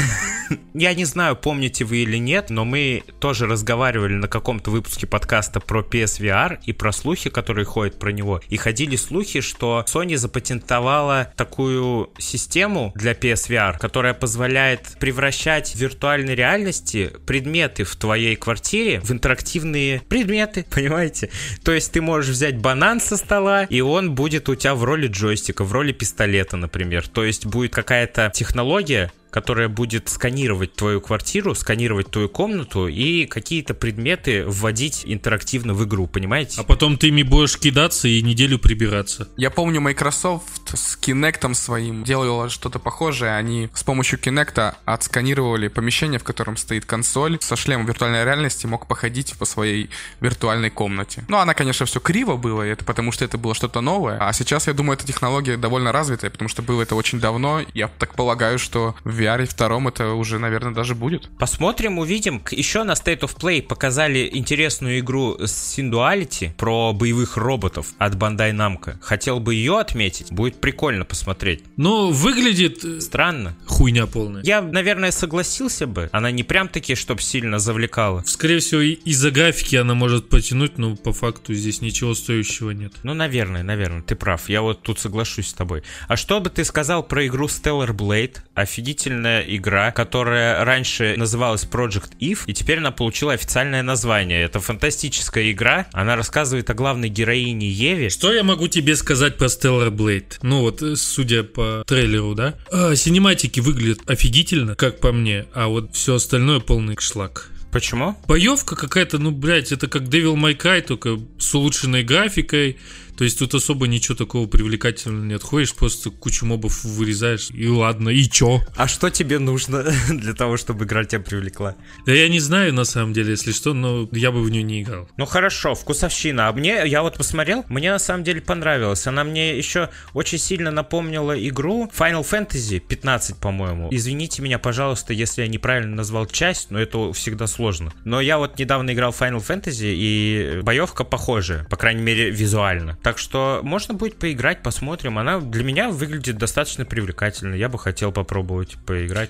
Speaker 1: Я не знаю, помните вы или нет, но мы тоже разговаривали на каком-то выпуске подкаста про пи эс ви ар и про слухи, которые ходят про него. И ходили слухи, что Sony запатентовала такую систему для пи эс ви ар, которая позволяет превращать в виртуальной реальности предметы в твоей квартире в интерактивные предметы, понимаете? То есть ты можешь взять банан со стола, и он будет у тебя в роли джойстика, в роли пистолета, например. То есть будет какая-то технология, которая будет сканировать твою квартиру, сканировать твою комнату и какие-то предметы вводить интерактивно в игру, понимаете?
Speaker 2: А потом ты ими будешь кидаться и неделю прибираться.
Speaker 3: Я помню, Microsoft с Kinect своим делала что-то похожее. Они с помощью Kinect отсканировали помещение, в котором стоит консоль. Со шлемом виртуальной реальности мог походить по своей виртуальной комнате. Ну, она, конечно, все криво было, это потому что это было что-то новое. А сейчас, я думаю, эта технология довольно развитая, потому что было это очень давно. Я так полагаю, что в ви ар втором это уже, наверное, даже будет.
Speaker 1: Посмотрим, увидим. Еще на State of Play показали интересную игру Synduality про боевых роботов от Bandai Namco. Хотел бы ее отметить. Будет прикольно посмотреть.
Speaker 2: Но выглядит...
Speaker 1: Странно.
Speaker 2: Хуйня полная.
Speaker 1: Я, наверное, согласился бы. Она не прям таки, чтоб сильно завлекала.
Speaker 2: Скорее всего, из-за графики она может потянуть, но по факту здесь ничего стоящего нет.
Speaker 1: Ну, наверное, наверное, ты прав. Я вот тут соглашусь с тобой. А что бы ты сказал про игру Stellar Blade? Офигительная игра, которая раньше называлась Project Eve, и теперь она получила официальное название. Это фантастическая игра. Она рассказывает о главной героине Еве.
Speaker 2: Что я могу тебе сказать про Stellar Blade? Ну вот, судя по трейлеру, да? А, синематики выглядят офигительно, как по мне, а вот все остальное полный шлак.
Speaker 1: Почему?
Speaker 2: Боевка какая-то, ну, блядь, это как Devil May Cry, только с улучшенной графикой. То есть тут особо ничего такого привлекательного не отходишь, просто кучу мобов вырезаешь, и ладно, и чё?
Speaker 1: А что тебе нужно для того, чтобы игра тебя привлекла?
Speaker 2: Да я не знаю, на самом деле, если что, но я бы в нее не играл.
Speaker 1: Ну хорошо, вкусовщина. А мне, я вот посмотрел, мне на самом деле понравилась. Она мне еще очень сильно напомнила игру Final Fantasy пятнадцать, по-моему. Извините меня, пожалуйста, если я неправильно назвал часть, но это всегда сложно. Но я вот недавно играл в Final Fantasy, и боевка похожая, по крайней мере, визуально. Так что можно будет поиграть, посмотрим. Она для меня выглядит достаточно привлекательно. Я бы хотел попробовать поиграть.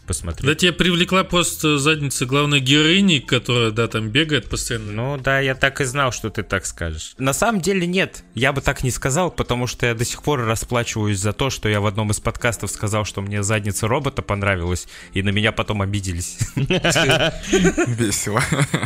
Speaker 1: посмотреть.
Speaker 2: Да, тебя привлекла просто задница главной героини, которая, да, там бегает постоянно.
Speaker 1: Ну да, я так и знал, что ты так скажешь. На самом деле нет, я бы так не сказал, потому что я до сих пор расплачиваюсь за то, что я в одном из подкастов сказал, что мне задница робота понравилась, и на меня потом обиделись.
Speaker 3: Весело.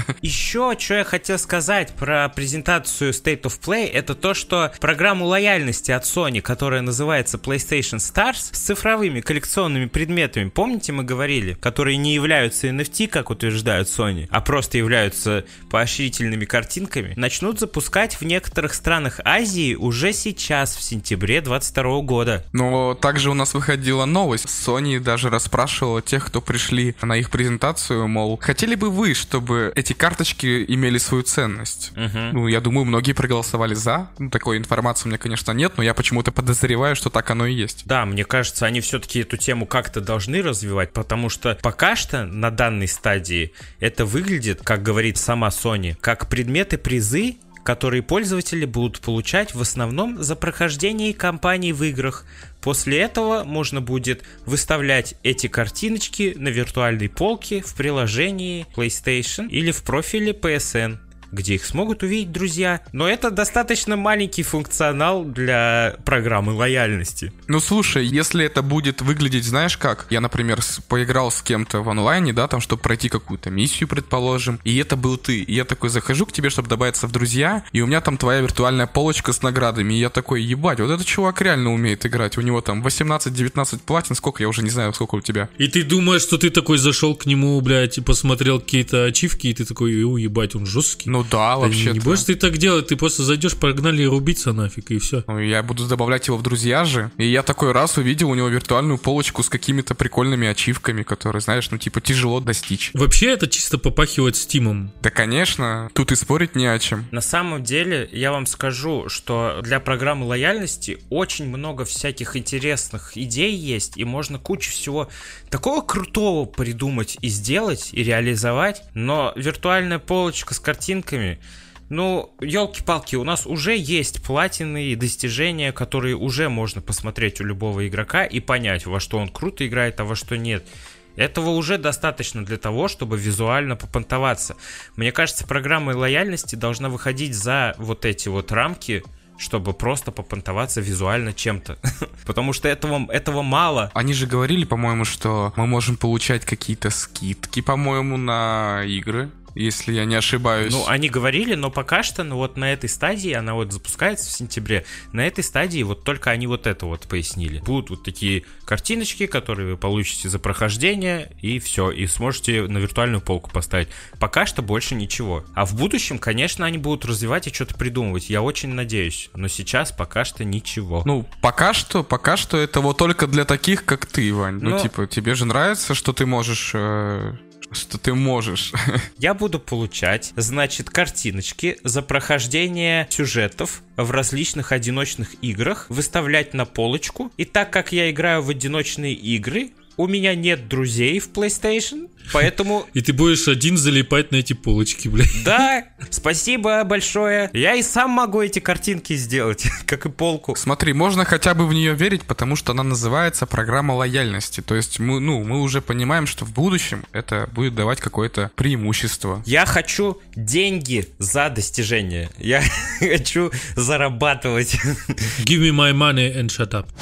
Speaker 1: Еще, что я хотел сказать про презентацию State of Play, это то, что программу лояльности от Sony, которая называется PlayStation Stars, с цифровыми коллекционными предметами, помните, мы говорили, которые не являются эн эф ти, как утверждают Sony, а просто являются поощрительными картинками, начнут запускать в некоторых странах Азии уже сейчас, в сентябре двадцать второго года.
Speaker 3: Но также у нас выходила новость. Sony даже расспрашивала тех, кто пришли на их презентацию, мол, хотели бы вы, чтобы эти карточки имели свою ценность?
Speaker 1: Угу.
Speaker 3: Ну, я думаю, многие проголосовали за. Ну, такой информации у меня, конечно, нет, но я почему-то подозреваю, что так оно и есть.
Speaker 1: Да, мне кажется, они все-таки эту тему как-то должны развивать, потому что пока что на данной стадии это выглядит, как говорит сама Sony, как предметы-призы, которые пользователи будут получать в основном за прохождение кампаний в играх. После этого можно будет выставлять эти картиночки на виртуальной полке в приложении PlayStation или в профиле пи эс эн, где их смогут увидеть друзья. Но это достаточно маленький функционал для программы лояльности.
Speaker 3: Ну слушай, если это будет выглядеть, знаешь как? Я, например, поиграл с кем-то в онлайне, да, там, чтобы пройти какую-то миссию, предположим, и это был ты. И я такой захожу к тебе, чтобы добавиться в друзья, и у меня там твоя виртуальная полочка с наградами, и я такой, ебать, вот этот чувак реально умеет играть. У него там восемнадцать-девятнадцать платин, сколько, я уже не знаю, сколько у тебя.
Speaker 2: И ты думаешь, что ты такой зашел к нему, блядь, и посмотрел какие-то ачивки, и ты такой, у, ебать, он жесткий.
Speaker 3: Ну да, вообще.
Speaker 2: Не будешь ты так делать, ты просто зайдешь, погнали рубиться нафиг, и все.
Speaker 3: Ну, я буду добавлять его в друзья же. И я такой раз увидел у него виртуальную полочку с какими-то прикольными ачивками, которые, знаешь, ну типа тяжело достичь.
Speaker 2: Вообще это чисто попахивает стимом.
Speaker 3: Да, конечно, тут и спорить не о чем.
Speaker 1: На самом деле, я вам скажу, что для программы лояльности очень много всяких интересных идей есть, и можно кучу всего такого крутого придумать и сделать, и реализовать, но виртуальная полочка с картинками... Ну, елки-палки, у нас уже есть платины и достижения, которые уже можно посмотреть у любого игрока и понять, во что он круто играет, а во что нет. Этого уже достаточно для того, чтобы визуально попонтоваться. Мне кажется, программа лояльности должна выходить за вот эти вот рамки, чтобы просто попонтоваться визуально чем-то. Потому что этого, этого мало.
Speaker 3: Они же говорили, по-моему, что мы можем получать какие-то скидки, по-моему, на игры, если я не ошибаюсь.
Speaker 1: Ну, они говорили, но пока что, ну, вот на этой стадии, она вот запускается в сентябре, на этой стадии вот только они вот это вот пояснили. Будут вот такие картиночки, которые вы получите за прохождение, и все, и сможете на виртуальную полку поставить. Пока что больше ничего. А в будущем, конечно, они будут развивать и что-то придумывать, я очень надеюсь. Но сейчас пока что ничего.
Speaker 3: Ну, пока что, пока что это вот только для таких, как ты, Вань. Но... Ну, типа, тебе же нравится, что ты можешь... Э... Что ты можешь.
Speaker 1: Я буду получать, значит, картиночки за прохождение сюжетов в различных одиночных играх, выставлять на полочку. И так как я играю в одиночные игры, у меня нет друзей в PlayStation, поэтому...
Speaker 2: И ты будешь один залипать на эти полочки, блядь.
Speaker 1: Да, спасибо большое. Я и сам могу эти картинки сделать, как и полку.
Speaker 3: Смотри, можно хотя бы в нее верить, потому что она называется программа лояльности. То есть мы, ну, мы уже понимаем, что в будущем это будет давать какое-то преимущество.
Speaker 1: Я хочу деньги за достижение. Я хочу зарабатывать.
Speaker 2: Give me my money and shut up.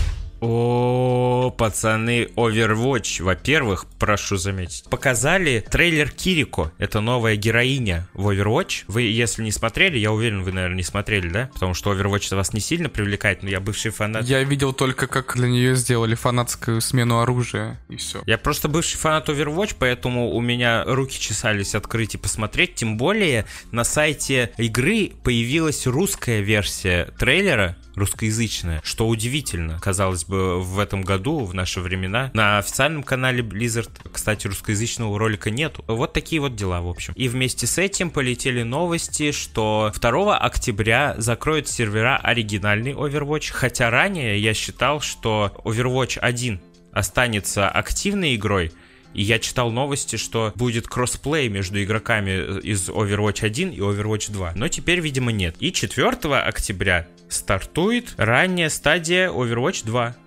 Speaker 1: О, пацаны, Overwatch, во-первых, прошу заметить, показали трейлер Кирико, это новая героиня в Overwatch. Вы, если не смотрели, я уверен, вы, наверное, не смотрели, да? Потому что Overwatch вас не сильно привлекает, но я бывший фанат.
Speaker 3: Я видел только, как для нее сделали фанатскую смену оружия, и все.
Speaker 1: Я просто бывший фанат Overwatch, поэтому у меня руки чесались открыть и посмотреть, тем более на сайте игры появилась русская версия трейлера, русскоязычная, что удивительно, казалось бы, в этом году, в наши времена. На официальном канале Blizzard, кстати, русскоязычного ролика нету. Вот такие вот дела, в общем. И вместе с этим полетели новости, что второго октября закроют сервера оригинальный Overwatch, хотя ранее я считал, что Overwatch один останется активной игрой. И я читал новости, что будет кроссплей между игроками из Overwatch один и Overwatch два. Но теперь, видимо, нет. И четвёртого октября стартует ранняя стадия Overwatch два.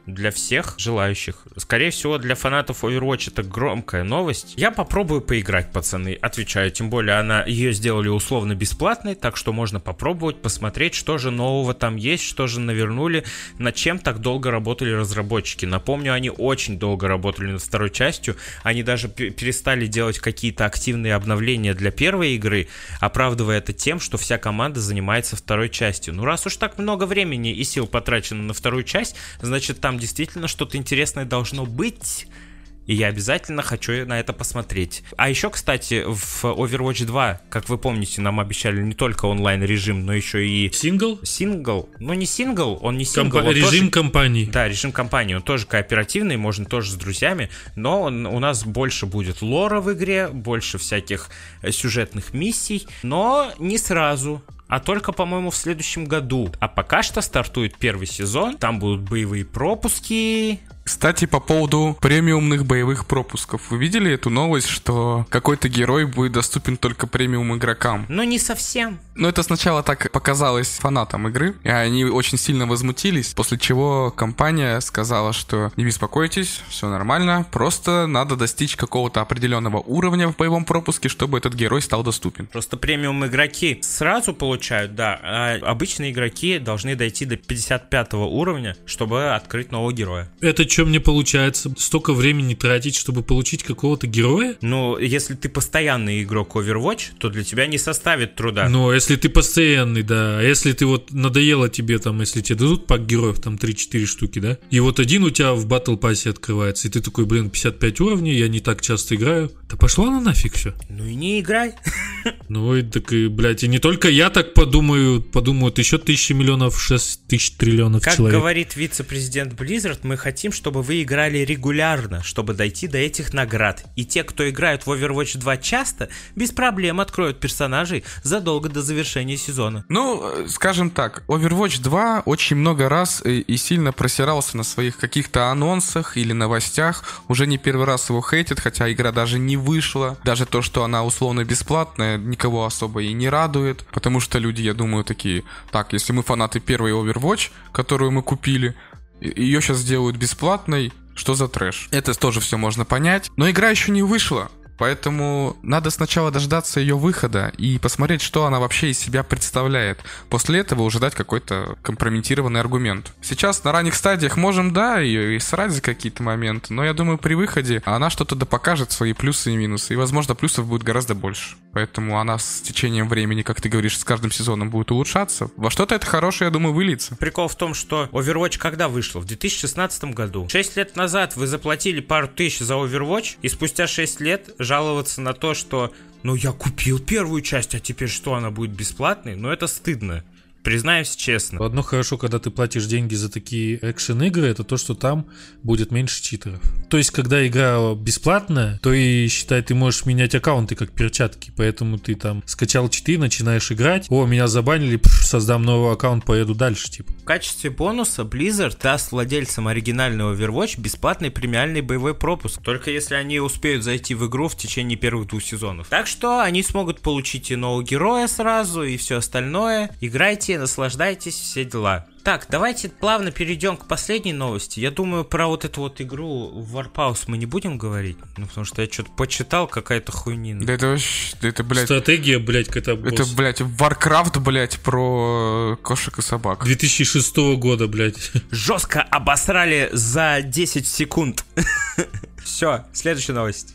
Speaker 1: для всех желающих. Скорее всего, для фанатов Overwatch это громкая новость. Я попробую поиграть, пацаны, отвечаю. Тем более, она ее сделали условно бесплатной, так что можно попробовать, посмотреть, что же нового там есть, что же навернули, над чем так долго работали разработчики. Напомню, они очень долго работали над второй частью. Они даже перестали делать какие-то активные обновления для первой игры, оправдывая это тем, что вся команда занимается второй частью. Ну, раз уж так много времени и сил потрачено на вторую часть, значит, там действительно что-то интересное должно быть. И я обязательно хочу на это посмотреть. А еще, кстати, в Overwatch два, как вы помните, нам обещали не только онлайн-режим, но еще и...
Speaker 2: Сингл?
Speaker 1: Сингл. Ну, не сингл, он не сингл.
Speaker 2: Компа-
Speaker 1: он
Speaker 2: режим
Speaker 1: тоже...
Speaker 2: компании.
Speaker 1: Да, режим компании. Он тоже кооперативный, можно тоже с друзьями, но он, у нас больше будет лора в игре, больше всяких сюжетных миссий, но не сразу. А только, по-моему, в следующем году. А пока что стартует первый сезон. Там будут боевые пропуски.
Speaker 3: Кстати, по поводу премиумных боевых пропусков. Вы видели эту новость, что какой-то герой будет доступен только премиум игрокам?
Speaker 1: Ну, не совсем.
Speaker 3: Ну, это сначала так показалось фанатам игры, и они очень сильно возмутились, после чего компания сказала, что не беспокойтесь, все нормально, просто надо достичь какого-то определенного уровня в боевом пропуске, чтобы этот герой стал доступен.
Speaker 1: Просто премиум игроки сразу получают, да, а обычные игроки должны дойти до пятьдесят пятого уровня, чтобы открыть нового героя.
Speaker 2: Это что мне получается? Столько времени тратить, чтобы получить какого-то героя?
Speaker 1: Ну, если ты постоянный игрок Overwatch, то для тебя не составит труда.
Speaker 2: Ну, если ты постоянный, да. А если ты вот надоело тебе там, если тебе дадут пак героев, там три-четыре штуки, да? И вот один у тебя в батл пассе открывается, и ты такой, блин, пятьдесят пять уровней, я не так часто играю. Да пошла она нафиг все.
Speaker 1: Ну и не играй.
Speaker 2: Ну и так и, блядь, и не только я так подумаю, подумают еще тысячи миллионов, шесть тысяч триллионов
Speaker 1: как
Speaker 2: человек.
Speaker 1: Как говорит вице-президент Blizzard, мы хотим, чтобы вы играли регулярно, чтобы дойти до этих наград. И те, кто играют в Overwatch два часто, без проблем откроют персонажей задолго до завершения сезона.
Speaker 3: Ну, скажем так, Overwatch два очень много раз и, и сильно просирался на своих каких-то анонсах или новостях. Уже не первый раз его хейтят, хотя игра даже не вышла. Даже то, что она условно бесплатная, никого особо и не радует. Потому что люди, я думаю, такие: так, если мы фанаты первой Overwatch, которую мы купили, ее сейчас сделают бесплатной, что за трэш? Это тоже все можно понять. Но игра еще не вышла. Поэтому надо сначала дождаться ее выхода и посмотреть, что она вообще из себя представляет. После этого уже дать какой-то компрометированный аргумент. Сейчас на ранних стадиях можем, да, ее и срать за какие-то моменты, но я думаю, при выходе она что-то да покажет, свои плюсы и минусы. И, возможно, плюсов будет гораздо больше. Поэтому она с течением времени, как ты говоришь, с каждым сезоном будет улучшаться. Во что-то это хорошее, я думаю, выльется.
Speaker 1: Прикол в том, что Overwatch когда вышла? В две тысячи шестнадцатом году. Шесть лет назад вы заплатили пару тысяч за Overwatch, и спустя шесть лет жаловаться на то, что ну я купил первую часть, а теперь что, она будет бесплатной? Ну это стыдно. Признаемся честно.
Speaker 2: Одно хорошо, когда ты платишь деньги за такие экшен-игры, это то, что там будет меньше читеров. То есть, когда игра бесплатная, то и, считай, ты можешь менять аккаунты как перчатки. Поэтому ты там скачал читы, начинаешь играть. О, меня забанили, пш, создам новый аккаунт, поеду дальше, типа.
Speaker 1: В качестве бонуса Blizzard даст владельцам оригинального Overwatch бесплатный премиальный боевой пропуск. Только если они успеют зайти в игру в течение первых двух сезонов. Так что они смогут получить и нового героя сразу, и все остальное. Играйте, наслаждайтесь, все дела. Так, давайте плавно перейдем к последней новости. Я думаю, про вот эту вот игру Warpath мы не будем говорить. Ну, потому что я что-то почитал, какая-то хуйнина.
Speaker 3: Да это вообще, да это, блядь...
Speaker 2: Стратегия, блядь, какая-то босс.
Speaker 3: Это, блядь, Warcraft, блядь, про кошек и собак.
Speaker 2: две тысячи шестого года, блядь.
Speaker 1: Жестко обосрали за десять секунд. Все, следующая новость.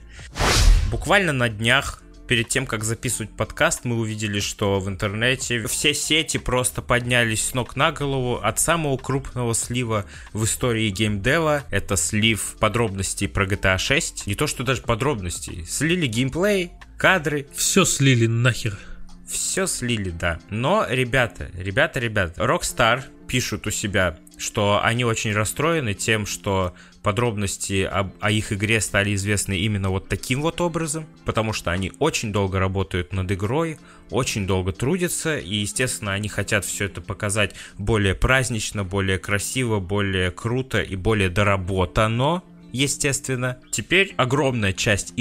Speaker 1: Буквально на днях, перед тем, как записывать подкаст, мы увидели, что в интернете все сети просто поднялись с ног на голову от самого крупного слива в истории геймдева. Это слив подробностей про джи ти эй шесть. Не то, что даже подробностей. Слили геймплей, кадры.
Speaker 2: Все слили нахер.
Speaker 1: Все слили, да. Но, ребята, ребята, ребята, Rockstar пишут у себя, что они очень расстроены тем, что подробности об, о их игре стали известны именно вот таким вот образом, потому что они очень долго работают над игрой, очень долго трудятся, и, естественно, они хотят все это показать более празднично, более красиво, более круто и более доработано, естественно. Теперь огромная часть их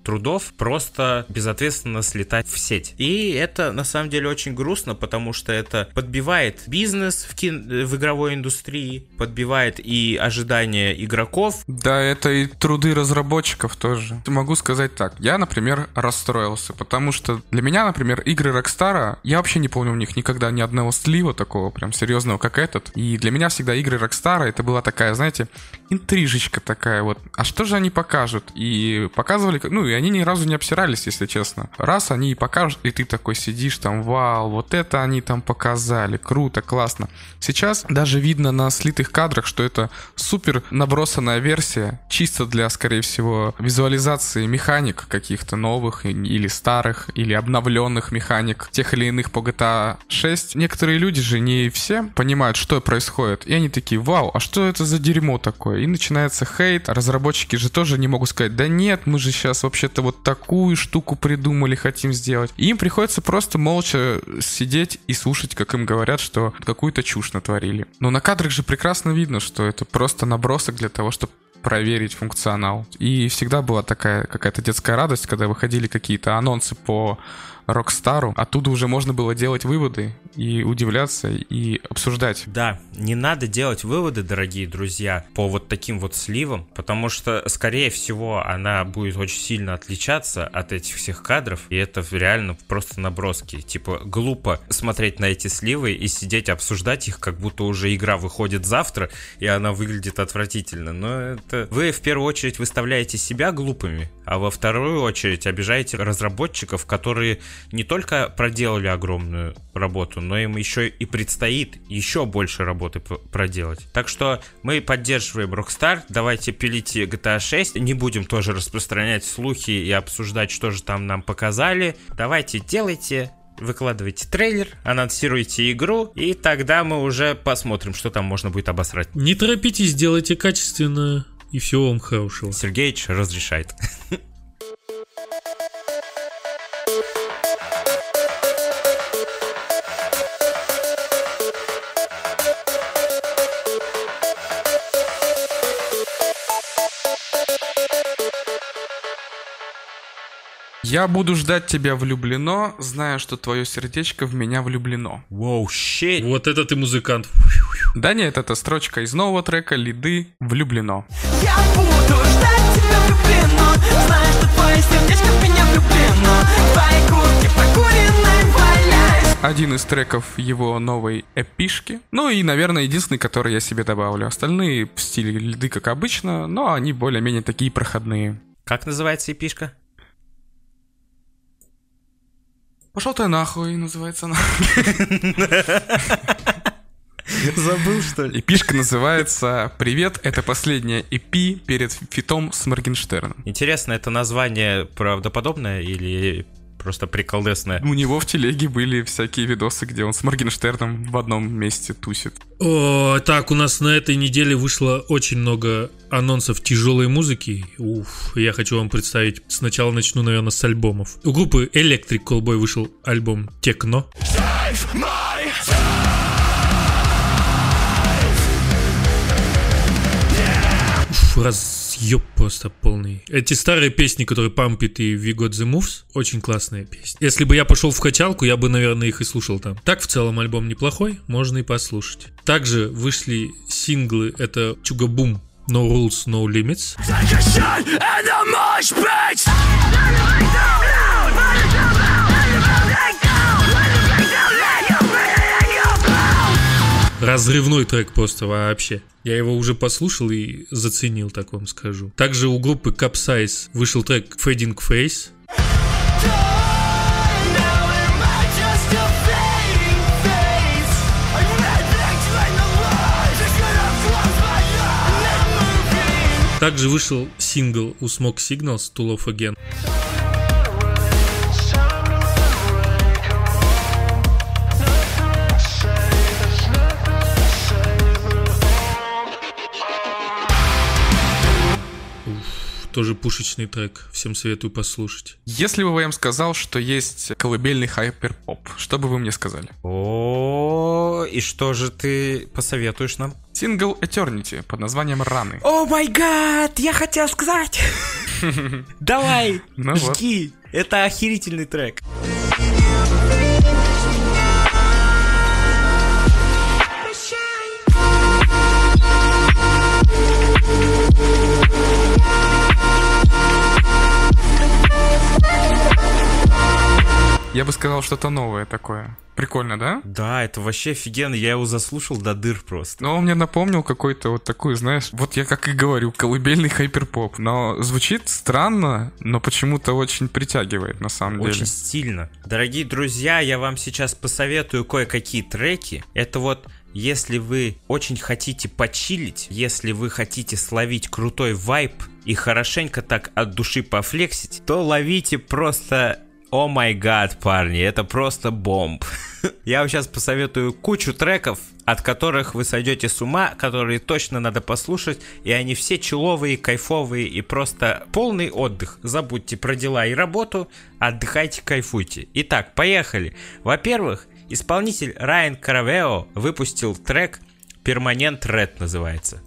Speaker 1: трудов просто безответственно слетать в сеть. И это на самом деле очень грустно, потому что это подбивает бизнес в, кин... в игровой индустрии, подбивает и ожидания игроков.
Speaker 3: Да, это и труды разработчиков тоже. Могу сказать так, я, например, расстроился, потому что для меня, например, игры Rockstar, я вообще не помню у них никогда ни одного слива такого прям серьезного, как этот. И для меня всегда игры Rockstar это была такая, знаете, интрижечка такая вот. А что же они покажут? И показывали, ну и они ни разу не обсирались, если честно. Раз они и покажут, и ты такой сидишь там, вау, вот это они там показали, круто, классно. Сейчас даже видно на слитых кадрах, что это супер набросанная версия, чисто для, скорее всего, визуализации механик каких-то новых или старых, или обновленных механик, тех или иных по джи ти эй шесть. Некоторые люди же не все понимают, что происходит, и они такие, вау, а что это за дерьмо такое? И начинается хейт, разработчики же тоже не могут сказать, да нет, мы же сейчас вообще-то вот такую штуку придумали, хотим сделать. И им приходится просто молча сидеть и слушать, как им говорят, что какую-то чушь натворили. Но на кадрах же прекрасно видно, что это просто набросок для того, чтобы проверить функционал. И всегда была такая какая-то детская радость, когда выходили какие-то анонсы по Rockstar, оттуда уже можно было делать выводы и удивляться, и обсуждать.
Speaker 1: Да, не надо делать выводы, дорогие друзья, по вот таким вот сливам, потому что, скорее всего, она будет очень сильно отличаться от этих всех кадров, и это реально просто наброски. Типа, глупо смотреть на эти сливы и сидеть обсуждать их, как будто уже игра выходит завтра, и она выглядит отвратительно. Но это... Вы, в первую очередь, выставляете себя глупыми, а во вторую очередь обижаете разработчиков, которые не только проделали огромную работу, но им еще и предстоит еще больше работы проделать. Так что мы поддерживаем Rockstar, давайте пилите джи ти эй шесть, не будем тоже распространять слухи и обсуждать, что же там нам показали. Давайте делайте, выкладывайте трейлер, анонсируйте игру, и тогда мы уже посмотрим, что там можно будет обосрать.
Speaker 2: Не торопитесь, делайте качественно, и всего вам хорошего.
Speaker 1: Сергеич разрешает.
Speaker 3: Я буду ждать тебя влюблено, зная, что твое сердечко в меня влюблено.
Speaker 1: Воу, wow, щит.
Speaker 2: Вот это ты музыкант.
Speaker 3: Да нет, это строчка из нового трека «Лиды» «Влюблено».
Speaker 4: Я буду ждать тебя влюблено, зная, что твое сердечко в меня влюблено. В твоей куртке прокуренной валяюсь.
Speaker 3: Один из треков его новой эпишки. Ну и, наверное, единственный, который я себе добавлю. Остальные в стиле «Лиды», как обычно, но они более-менее такие проходные.
Speaker 1: Как называется эпишка?
Speaker 3: Пошел ты нахуй, называется она.
Speaker 1: Забыл, что ли?
Speaker 3: Эпишка называется «Привет, это последняя эпи перед фитом с Моргенштерном».
Speaker 1: Интересно, это название правдоподобное или просто приколдесное?
Speaker 3: У него в телеге были всякие видосы, где он с Моргенштерном в одном месте тусит.
Speaker 2: О, так, у нас на этой неделе вышло очень много анонсов тяжелой музыки. Уф, я хочу вам представить. Сначала начну, наверное, с альбомов. У группы Electric Callboy вышел альбом «Техно». Разъеб просто полный. Эти старые песни, которые Pump It и We Got The Moves, очень классные песни. Если бы я пошел в качалку, я бы, наверное, их и слушал там. Так, в целом, альбом неплохой, можно и послушать. Также вышли синглы, это Чугабум, No Rules, No Limits. Разрывной трек просто вообще. Я его уже послушал и заценил, так вам скажу. Также у группы Capsize вышел трек Fading Face. Также вышел сингл у Smoke Signals To Love Again. Тоже пушечный трек, всем советую послушать.
Speaker 3: Если бы я вам сказал, что есть колыбельный хайпер-поп, что бы вы мне сказали?
Speaker 1: О, и что же ты посоветуешь нам?
Speaker 3: Сингл Eternity под названием «Раны».
Speaker 1: О май гад, я хотел сказать! Давай,
Speaker 3: Ну вот.
Speaker 1: жги. Это охерительный трек.
Speaker 3: Я бы сказал, что-то новое такое. Прикольно, да?
Speaker 1: Да, это вообще офигенно. Я его заслушал до дыр просто.
Speaker 3: Но он мне напомнил какой-то вот такой, знаешь, вот я как и говорю, колыбельный хайперпоп. Но звучит странно, но почему-то очень притягивает на самом деле.
Speaker 1: Очень стильно. Дорогие друзья, я вам сейчас посоветую кое-какие треки. Это вот... Если вы очень хотите почилить, если вы хотите словить крутой вайб и хорошенько так от души пофлексить, то ловите просто... О май гад, парни, это просто бомб. Я вам сейчас посоветую кучу треков, от которых вы сойдете с ума, которые точно надо послушать, и они все чиловые, кайфовые и просто полный отдых. Забудьте про дела и работу, отдыхайте, кайфуйте. Итак, поехали. Во-первых, исполнитель Райан Каравео выпустил трек «Permanent Red» называется.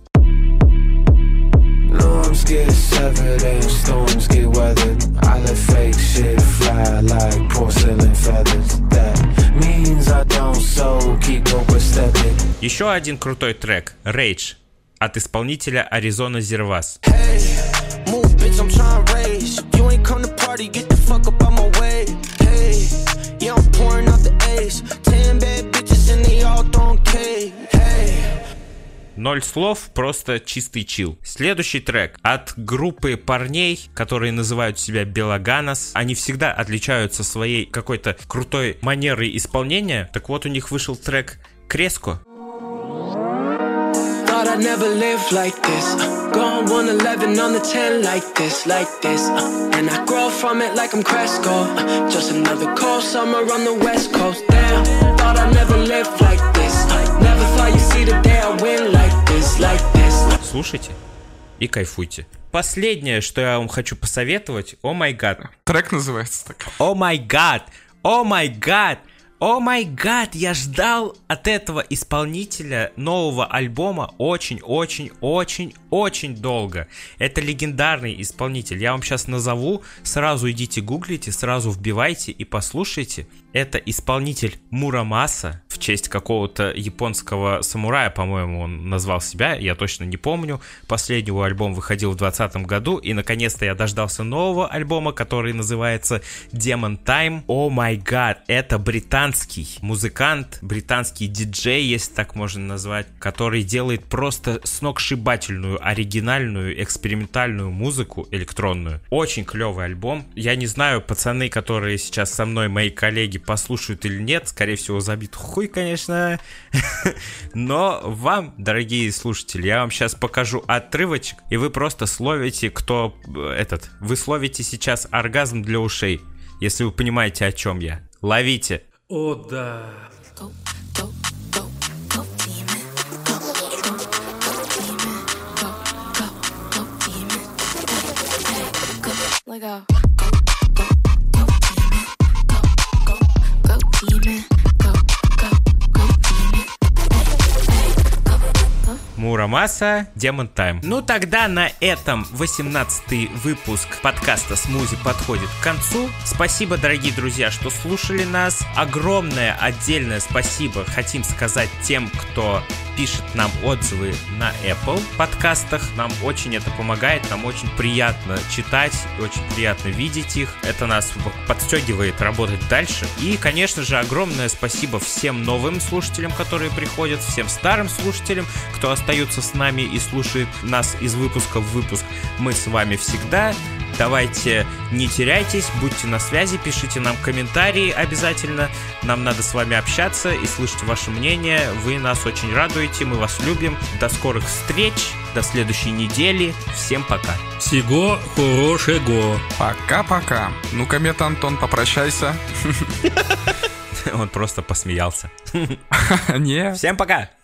Speaker 5: Norms get severed and storms get weathered. I let fake shit fly like porcelain feathers. That means I don't so keep overstepping.
Speaker 1: Еще один крутой трек «Rage» от исполнителя Arizona Zervas.
Speaker 5: Hey, move bitch, I'm trying to rage. You ain't come to party, get the fuck up on my way. Hey, yeah, I'm pouring out the ace. Ten bad bitches and they all throwing cake. Hey.
Speaker 1: Ноль слов, просто чистый чил. Следующий трек от группы парней, которые называют себя Белоганос. Они всегда отличаются своей какой-то крутой манерой исполнения. Так вот, у них вышел трек «Креско».
Speaker 5: Thought I'd never live like this. Gone one eleven on the ten like this, like this. And I grow from it like I'm Cresco. Just another cold summer on the west coast. Damn, thought I'd never live like this. Never thought you'd see the day I win like this, like this.
Speaker 1: Слушайте и кайфуйте. Последнее, что я вам хочу посоветовать, о май гад.
Speaker 3: Трек называется так.
Speaker 1: О май гад, о май гад. О май гад, я ждал от этого исполнителя нового альбома очень-очень-очень-очень долго. Это легендарный исполнитель. Я вам сейчас назову, сразу идите гуглите, сразу вбивайте и послушайте. Это исполнитель Мурамаса, в честь какого-то японского самурая, по-моему, он назвал себя, я точно не помню. Последний его альбом выходил в двадцатом году, и наконец-то я дождался нового альбома, который называется Demon Time. О май гад, это британский музыкант, британский диджей, если так можно назвать, который делает просто сногсшибательную, оригинальную, экспериментальную музыку электронную. Очень клевый альбом. Я не знаю, пацаны, которые сейчас со мной, мои коллеги, послушают или нет, скорее всего, забит хуй, конечно. Но вам, дорогие слушатели, я вам сейчас покажу отрывочек, и вы просто словите, кто этот, вы словите сейчас оргазм для ушей, если вы понимаете, о чем я. Ловите.
Speaker 2: О, да.
Speaker 1: Мурамаса, Demon Time. Ну тогда на этом восемнадцатый выпуск подкаста «Смузи» подходит к концу. Спасибо, дорогие друзья, что слушали нас. Огромное отдельное спасибо хотим сказать тем, кто пишет нам отзывы на Apple подкастах. Нам очень это помогает, нам очень приятно читать, очень приятно видеть их. Это нас подстегивает работать дальше. И, конечно же, огромное спасибо всем новым слушателям, которые приходят, всем старым слушателям, кто остается с нами и слушает нас из выпуска в выпуск. Мы с вами всегда. Давайте не теряйтесь, будьте на связи, пишите нам комментарии обязательно. Нам надо с вами общаться и слышать ваше мнение. Вы нас очень радуете, мы вас любим. До скорых встреч, до следующей недели. Всем пока.
Speaker 2: Всего хорошего.
Speaker 3: Пока-пока. Ну, комета Антон, попрощайся.
Speaker 1: Он просто посмеялся.
Speaker 3: Не.
Speaker 1: Всем пока.